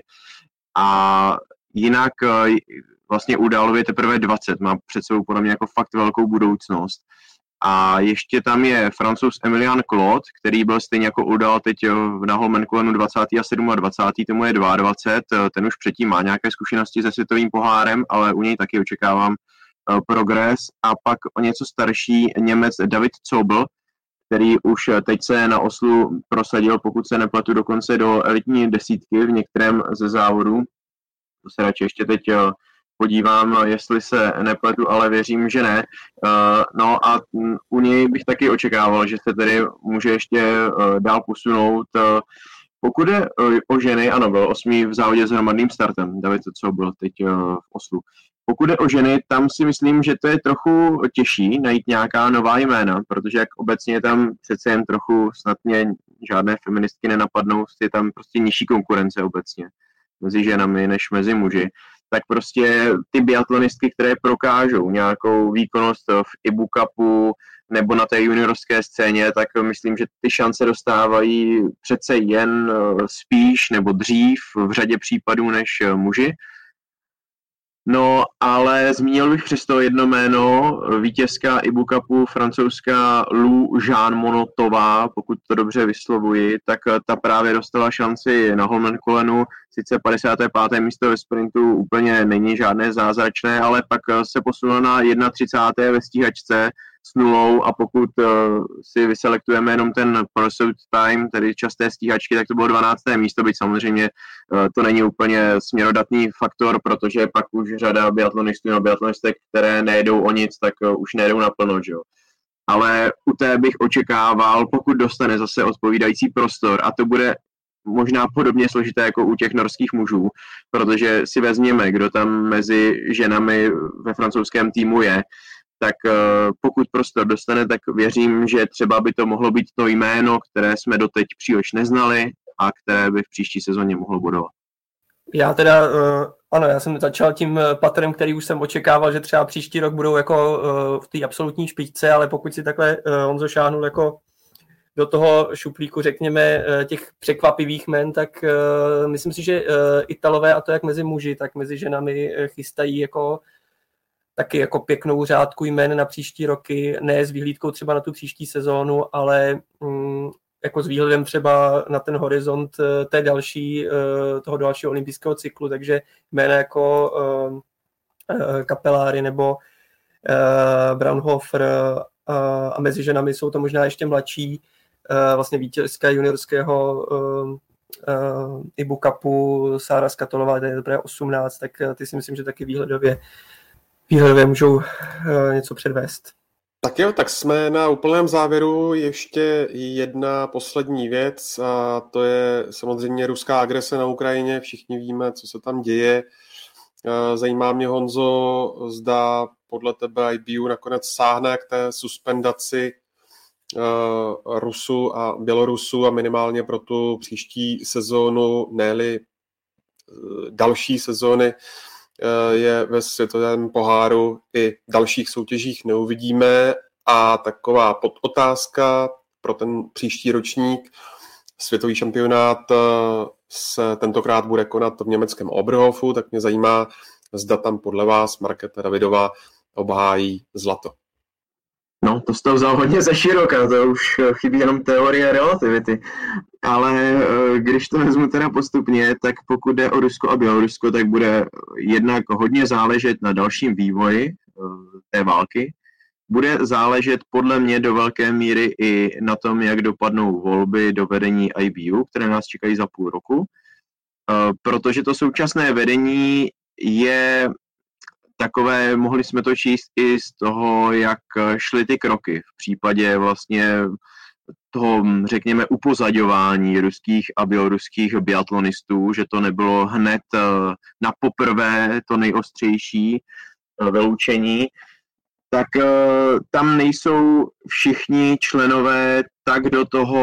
A jinak vlastně Událově teprve dvacet, má před sebou podle mě jako fakt velkou budoucnost. A ještě tam je Francouz Emilian Claude, který byl stejně jako Udál teď na Holmenkollenu dvacátý a dvacátý sedmý, tomu je dvacet dva, ten už předtím má nějaké zkušenosti se světovým pohárem, ale u něj taky očekávám progres. A pak o něco starší Němec David Zobel, který už teď se na Oslu prosadil, pokud se nepletu, dokonce do elitní desítky v některém ze závodů. To se radši ještě teď podívám, jestli se nepletu, ale věřím, že ne. No a u něj bych taky očekával, že se tedy může ještě dál posunout. Pokud je o ženy, ano, byl osmý v závodě s hromadným startem, David, co byl teď v Oslu. Pokud je o ženy, tam si myslím, že to je trochu těžší najít nějaká nová jména, protože jak obecně tam přece jen trochu, snad mě žádné feministky nenapadnou, je tam prostě nižší konkurence obecně mezi ženami než mezi muži, tak prostě ty biatlonistky, které prokážou nějakou výkonnost v Ibu Cupu nebo na té juniorské scéně, tak myslím, že ty šance dostávají přece jen spíš nebo dřív v řadě případů než muži. No, ale zmínil bych přesto jedno jméno, vítězka I B U Cupu, francouzská Lou Jean Monotová, pokud to dobře vyslovuji, tak ta právě dostala šanci na Holmenkollenu, sice padesáté páté místo ve sprintu úplně není žádné zázračné, ale pak se posunula na třicáté první ve stíhačce s nulou a pokud uh, si vyselektujeme jenom ten pursuit time, tedy čas té stíhačky, tak to bylo dvanácté místo, byť samozřejmě uh, to není úplně směrodatný faktor, protože pak už řada biatlonistů nebo biatlonistek, které nejedou o nic, tak uh, už nejedou naplno, že jo. Ale u té bych očekával, pokud dostane zase odpovídající prostor, a to bude možná podobně složité jako u těch norských mužů, protože si vezměme, kdo tam mezi ženami ve francouzském týmu je, tak pokud prostor dostane, tak věřím, že třeba by to mohlo být to jméno, které jsme doteď příliš neznali a které by v příští sezóně mohlo bodovat. Já teda, ano, já jsem začal tím patrem, který už jsem očekával, že třeba příští rok budou jako v té absolutní špičce, ale pokud si takhle Honzo šáhnul jako do toho šuplíku, řekněme, těch překvapivých jmen, tak myslím si, že Italové, a to jak mezi muži, tak mezi ženami, chystají jako taky jako pěknou řádku jmen na příští roky, ne s výhlídkou třeba na tu příští sezónu, ale mm, jako s výhledem třeba na ten horizont té další, toho dalšího olympijského cyklu, takže jména jako uh, uh, Capellari nebo uh, Braunhofer uh, a mezi ženami jsou to možná ještě mladší, uh, vlastně vítězka juniorského uh, uh, I B U Cupu, Sára Skatolová, to je dobré osmnáct, tak ty si myslím, že taky výhledově výhledově můžou uh, něco předvést. Tak jo, tak jsme na úplném závěru. Ještě jedna poslední věc a to je samozřejmě ruská agrese na Ukrajině. Všichni víme, co se tam děje. Zajímá mě, Honzo, zda podle tebe I B U nakonec sáhne k té suspendaci uh, Rusů a Bělorusů a minimálně pro tu příští sezónu, ne-li uh, další sezóny je ve světovém poháru i dalších soutěžích neuvidíme. A taková podotázka pro ten příští ročník. Světový šampionát se tentokrát bude konat v německém Oberhofu, tak mě zajímá, zda tam podle vás Markéta Davidová obhájí zlato. No, to jsi to vzal hodně ze široka, to už chybí jenom teorie relativity. Ale když to vezmu teda postupně, tak pokud jde o Rusko a Bělorusko, tak bude jednak hodně záležet na dalším vývoji té války. Bude záležet podle mě do velké míry i na tom, jak dopadnou volby do vedení I B U, které nás čekají za půl roku. Protože to současné vedení je takové, mohli jsme to číst i z toho, jak šly ty kroky v případě vlastně toho, řekněme, upozaďování ruských a běloruských biatlonistů, že to nebylo hned na poprvé to nejostřejší vyloučení, tak tam nejsou všichni členové tak do toho,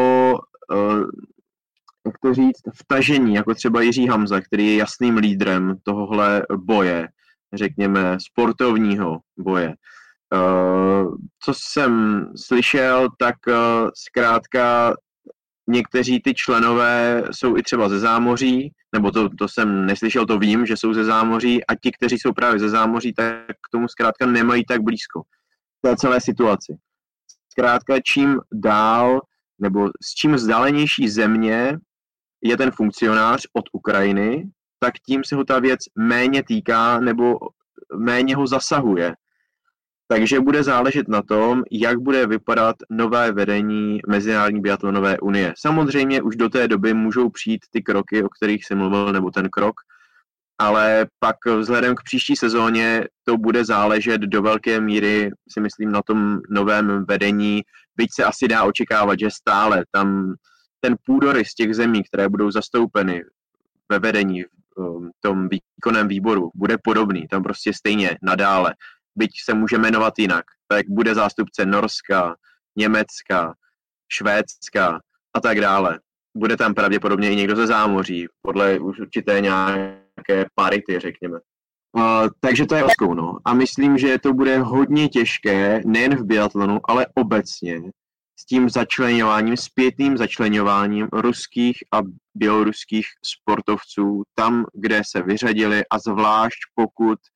jak to říct, vtažení, jako třeba Jiří Hamza, který je jasným lídrem tohohle boje, řekněme, sportovního boje. Co jsem slyšel, tak zkrátka někteří ty členové jsou i třeba ze zámoří, nebo to, to jsem neslyšel, to vím, že jsou ze zámoří, a ti, kteří jsou právě ze zámoří, tak k tomu zkrátka nemají tak blízko té celé situaci. Zkrátka čím dál, nebo s čím vzdálenější země je ten funkcionář od Ukrajiny, tak tím se ho ta věc méně týká nebo méně ho zasahuje. Takže bude záležet na tom, jak bude vypadat nové vedení Mezinárodní biatlonové unie. Samozřejmě už do té doby můžou přijít ty kroky, o kterých jsem mluvil, nebo ten krok, ale pak vzhledem k příští sezóně to bude záležet do velké míry, si myslím, na tom novém vedení, byť se asi dá očekávat, že stále tam ten půdorys těch zemí, které budou zastoupeny ve vedení v tom výkonném výboru, bude podobný, tam prostě stejně nadále, byť se může jmenovat jinak, tak bude zástupce Norska, Německa, Švédska a tak dále. Bude tam pravděpodobně i někdo ze zámoří, podle už určité nějaké parity, řekněme. Uh, takže to je otázkou, no. A myslím, že to bude hodně těžké, nejen v biatlonu, ale obecně, s tím začleňováním, zpětným začleňováním ruských a běloruských sportovců tam, kde se vyřadili, a zvlášť pokud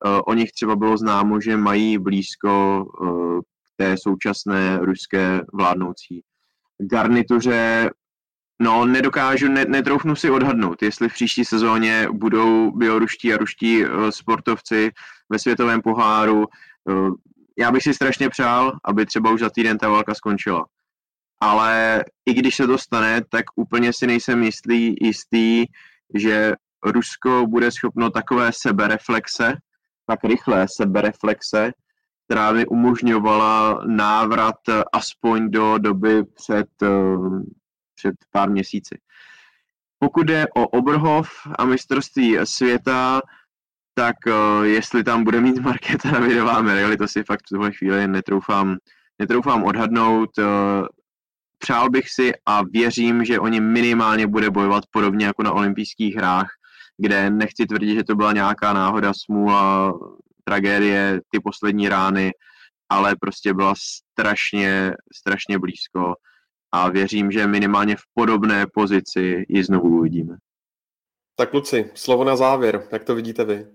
o nich třeba bylo známo, že mají blízko k té současné ruské vládnoucí garnituře. No, nedokážu, ne, netroufnu si odhadnout, jestli v příští sezóně budou běloruští a ruští sportovci ve světovém poháru. Já bych si strašně přál, aby třeba už za týden ta válka skončila. Ale i když se to stane, tak úplně si nejsem jistý, jistý, že Rusko bude schopno takové sebereflexe, tak rychlé sebereflexe, která by umožňovala návrat aspoň do doby před, před pár měsíci. Pokud jde o Oberhof a mistrovství světa, tak jestli tam bude mít Markéta Davidová medaili, to si fakt v tuhle chvíli netroufám, netroufám odhadnout. Přál bych si a věřím, že oni minimálně bude bojovat podobně jako na olympijských hrách, kde nechci tvrdit, že to byla nějaká náhoda, smůla, tragédie, ty poslední rány, ale prostě byla strašně, strašně blízko a věřím, že minimálně v podobné pozici ji znovu uvidíme. Tak kluci, slovo na závěr, jak to vidíte vy?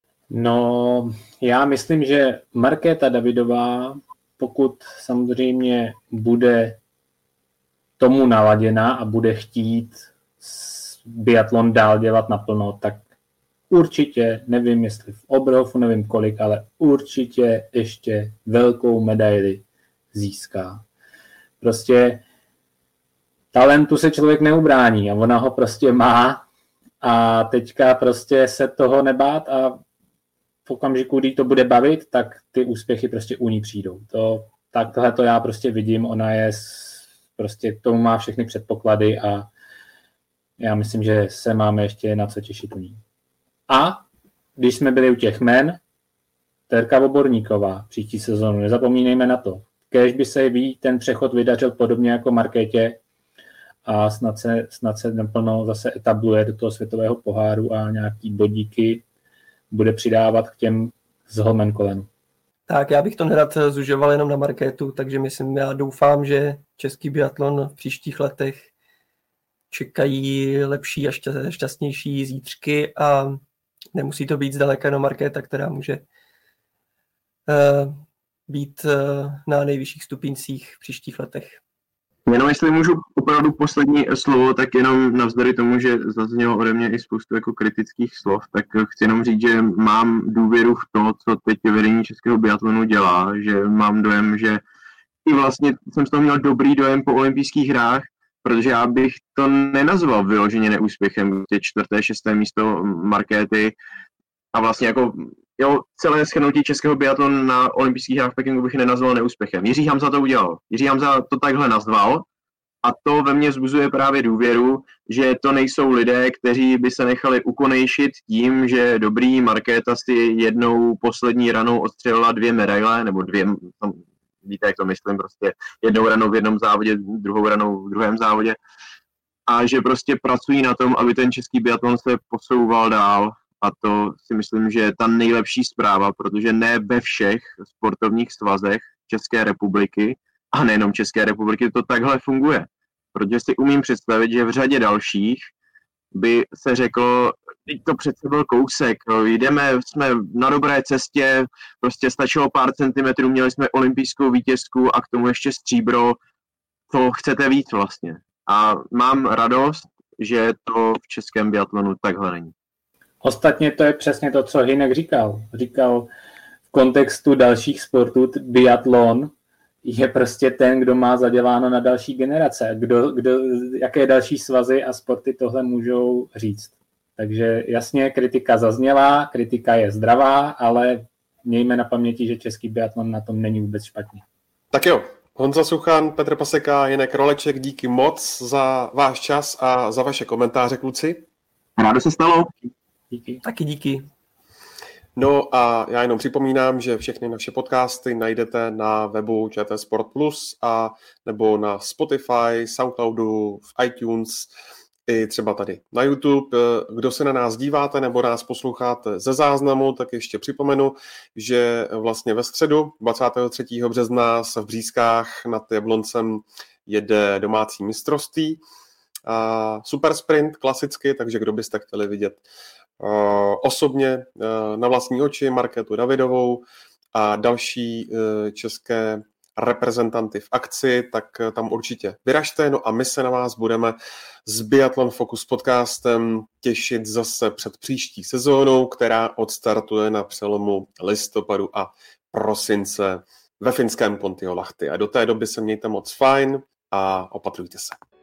No, já myslím, že Markéta Davidová, pokud samozřejmě bude tomu naladěná a bude chtít biatlon dál dělat naplno, tak určitě, nevím jestli v Oberhofu, nevím kolik, ale určitě ještě velkou medaili získá. Prostě talentu se člověk neubrání a ona ho prostě má a teďka prostě se toho nebát a v okamžiku, kdy to bude bavit, tak ty úspěchy prostě u ní přijdou. To, tak tohle to já prostě vidím, ona je prostě k tomu má všechny předpoklady a já myslím, že se máme ještě na co těšit u ní. A když jsme byli u těch men, Terka Voborníková příští sezonu, nezapomínejme na to. Kéž by se ví ten přechod vydařil podobně jako Markétě a snad se, snad se naplno zase etabluje do toho světového poháru a nějaký bodíky bude přidávat k těm z Holmenkollenu. Tak já bych to nerad zužoval jenom na Markétu, takže myslím, já doufám, že český biatlon v příštích letech čekají lepší a šťastnější zítřky a nemusí to být zdaleka jenom Markéta, která může uh, být uh, na nejvyšších stupíncích v příštích letech. Jenom jestli můžu opravdu poslední slovo, tak jenom navzdory tomu, že zaznělo ode mě i spoustu jako kritických slov, tak chci jenom říct, že mám důvěru v to, co teď vedení českého biatlonu dělá, že mám dojem, že i vlastně jsem z toho měl dobrý dojem po olympijských hrách, protože já bych to nenazval vyloženě neúspěchem, tě čtvrté, šesté místo Markéty a vlastně jako jo, celé shrnutí českého biatlonu na olympijských hrách v Pekingu bych nenazval neúspěchem. Jiří Hamza to udělal. Jiří Hamza to takhle nazval a to ve mně vzbuzuje právě důvěru, že to nejsou lidé, kteří by se nechali ukonejšit tím, že dobrý Markéta si jednou poslední ranou odstřelila dvě medaile, nebo dvě, tam, víte, jak to myslím, prostě jednou ranou v jednom závodě, druhou ranou v druhém závodě a že prostě pracují na tom, aby ten český biatlon se posouval dál. A to si myslím, že je ta nejlepší zpráva, protože ne ve všech sportovních svazech České republiky, a nejenom České republiky, to takhle funguje. Protože si umím představit, že v řadě dalších by se řeklo, teď to přece byl kousek, jdeme, jsme na dobré cestě, prostě stačilo pár centimetrů, měli jsme olympijskou vítězku a k tomu ještě stříbro, co chcete víc vlastně. A mám radost, že to v českém biatlonu takhle není. Ostatně to je přesně to, co Hynek říkal. Říkal v kontextu dalších sportů, biatlon je prostě ten, kdo má zaděláno na další generace. Kdo, kdo, jaké další svazy a sporty tohle můžou říct. Takže jasně, kritika zazněla, kritika je zdravá, ale mějme na paměti, že český biatlon na tom není vůbec špatně. Tak jo, Honza Suchan, Petr Paseka, Hynek Roleček, díky moc za váš čas a za vaše komentáře, kluci. Rádo se stalo. Díky. Taky díky. No a já jenom připomínám, že všechny naše podcasty najdete na webu Č T Sport Plus a nebo na Spotify, Soundcloudu, v iTunes i třeba tady na YouTube. Kdo se na nás díváte nebo nás posloucháte ze záznamu, tak ještě připomenu, že vlastně ve středu dvacátého třetího března se v Břízkách nad Jabloncem jede domácí mistrovství. A super sprint klasicky, takže kdo byste chtěli vidět osobně na vlastní oči Markétu Davidovou a další české reprezentanty v akci, tak tam určitě vyražte. No a my se na vás budeme s Biathlon Focus podcastem těšit zase před příští sezónou, která odstartuje na přelomu listopadu a prosince ve finském Kontiolahti. A do té doby se mějte moc fajn a opatrujte se.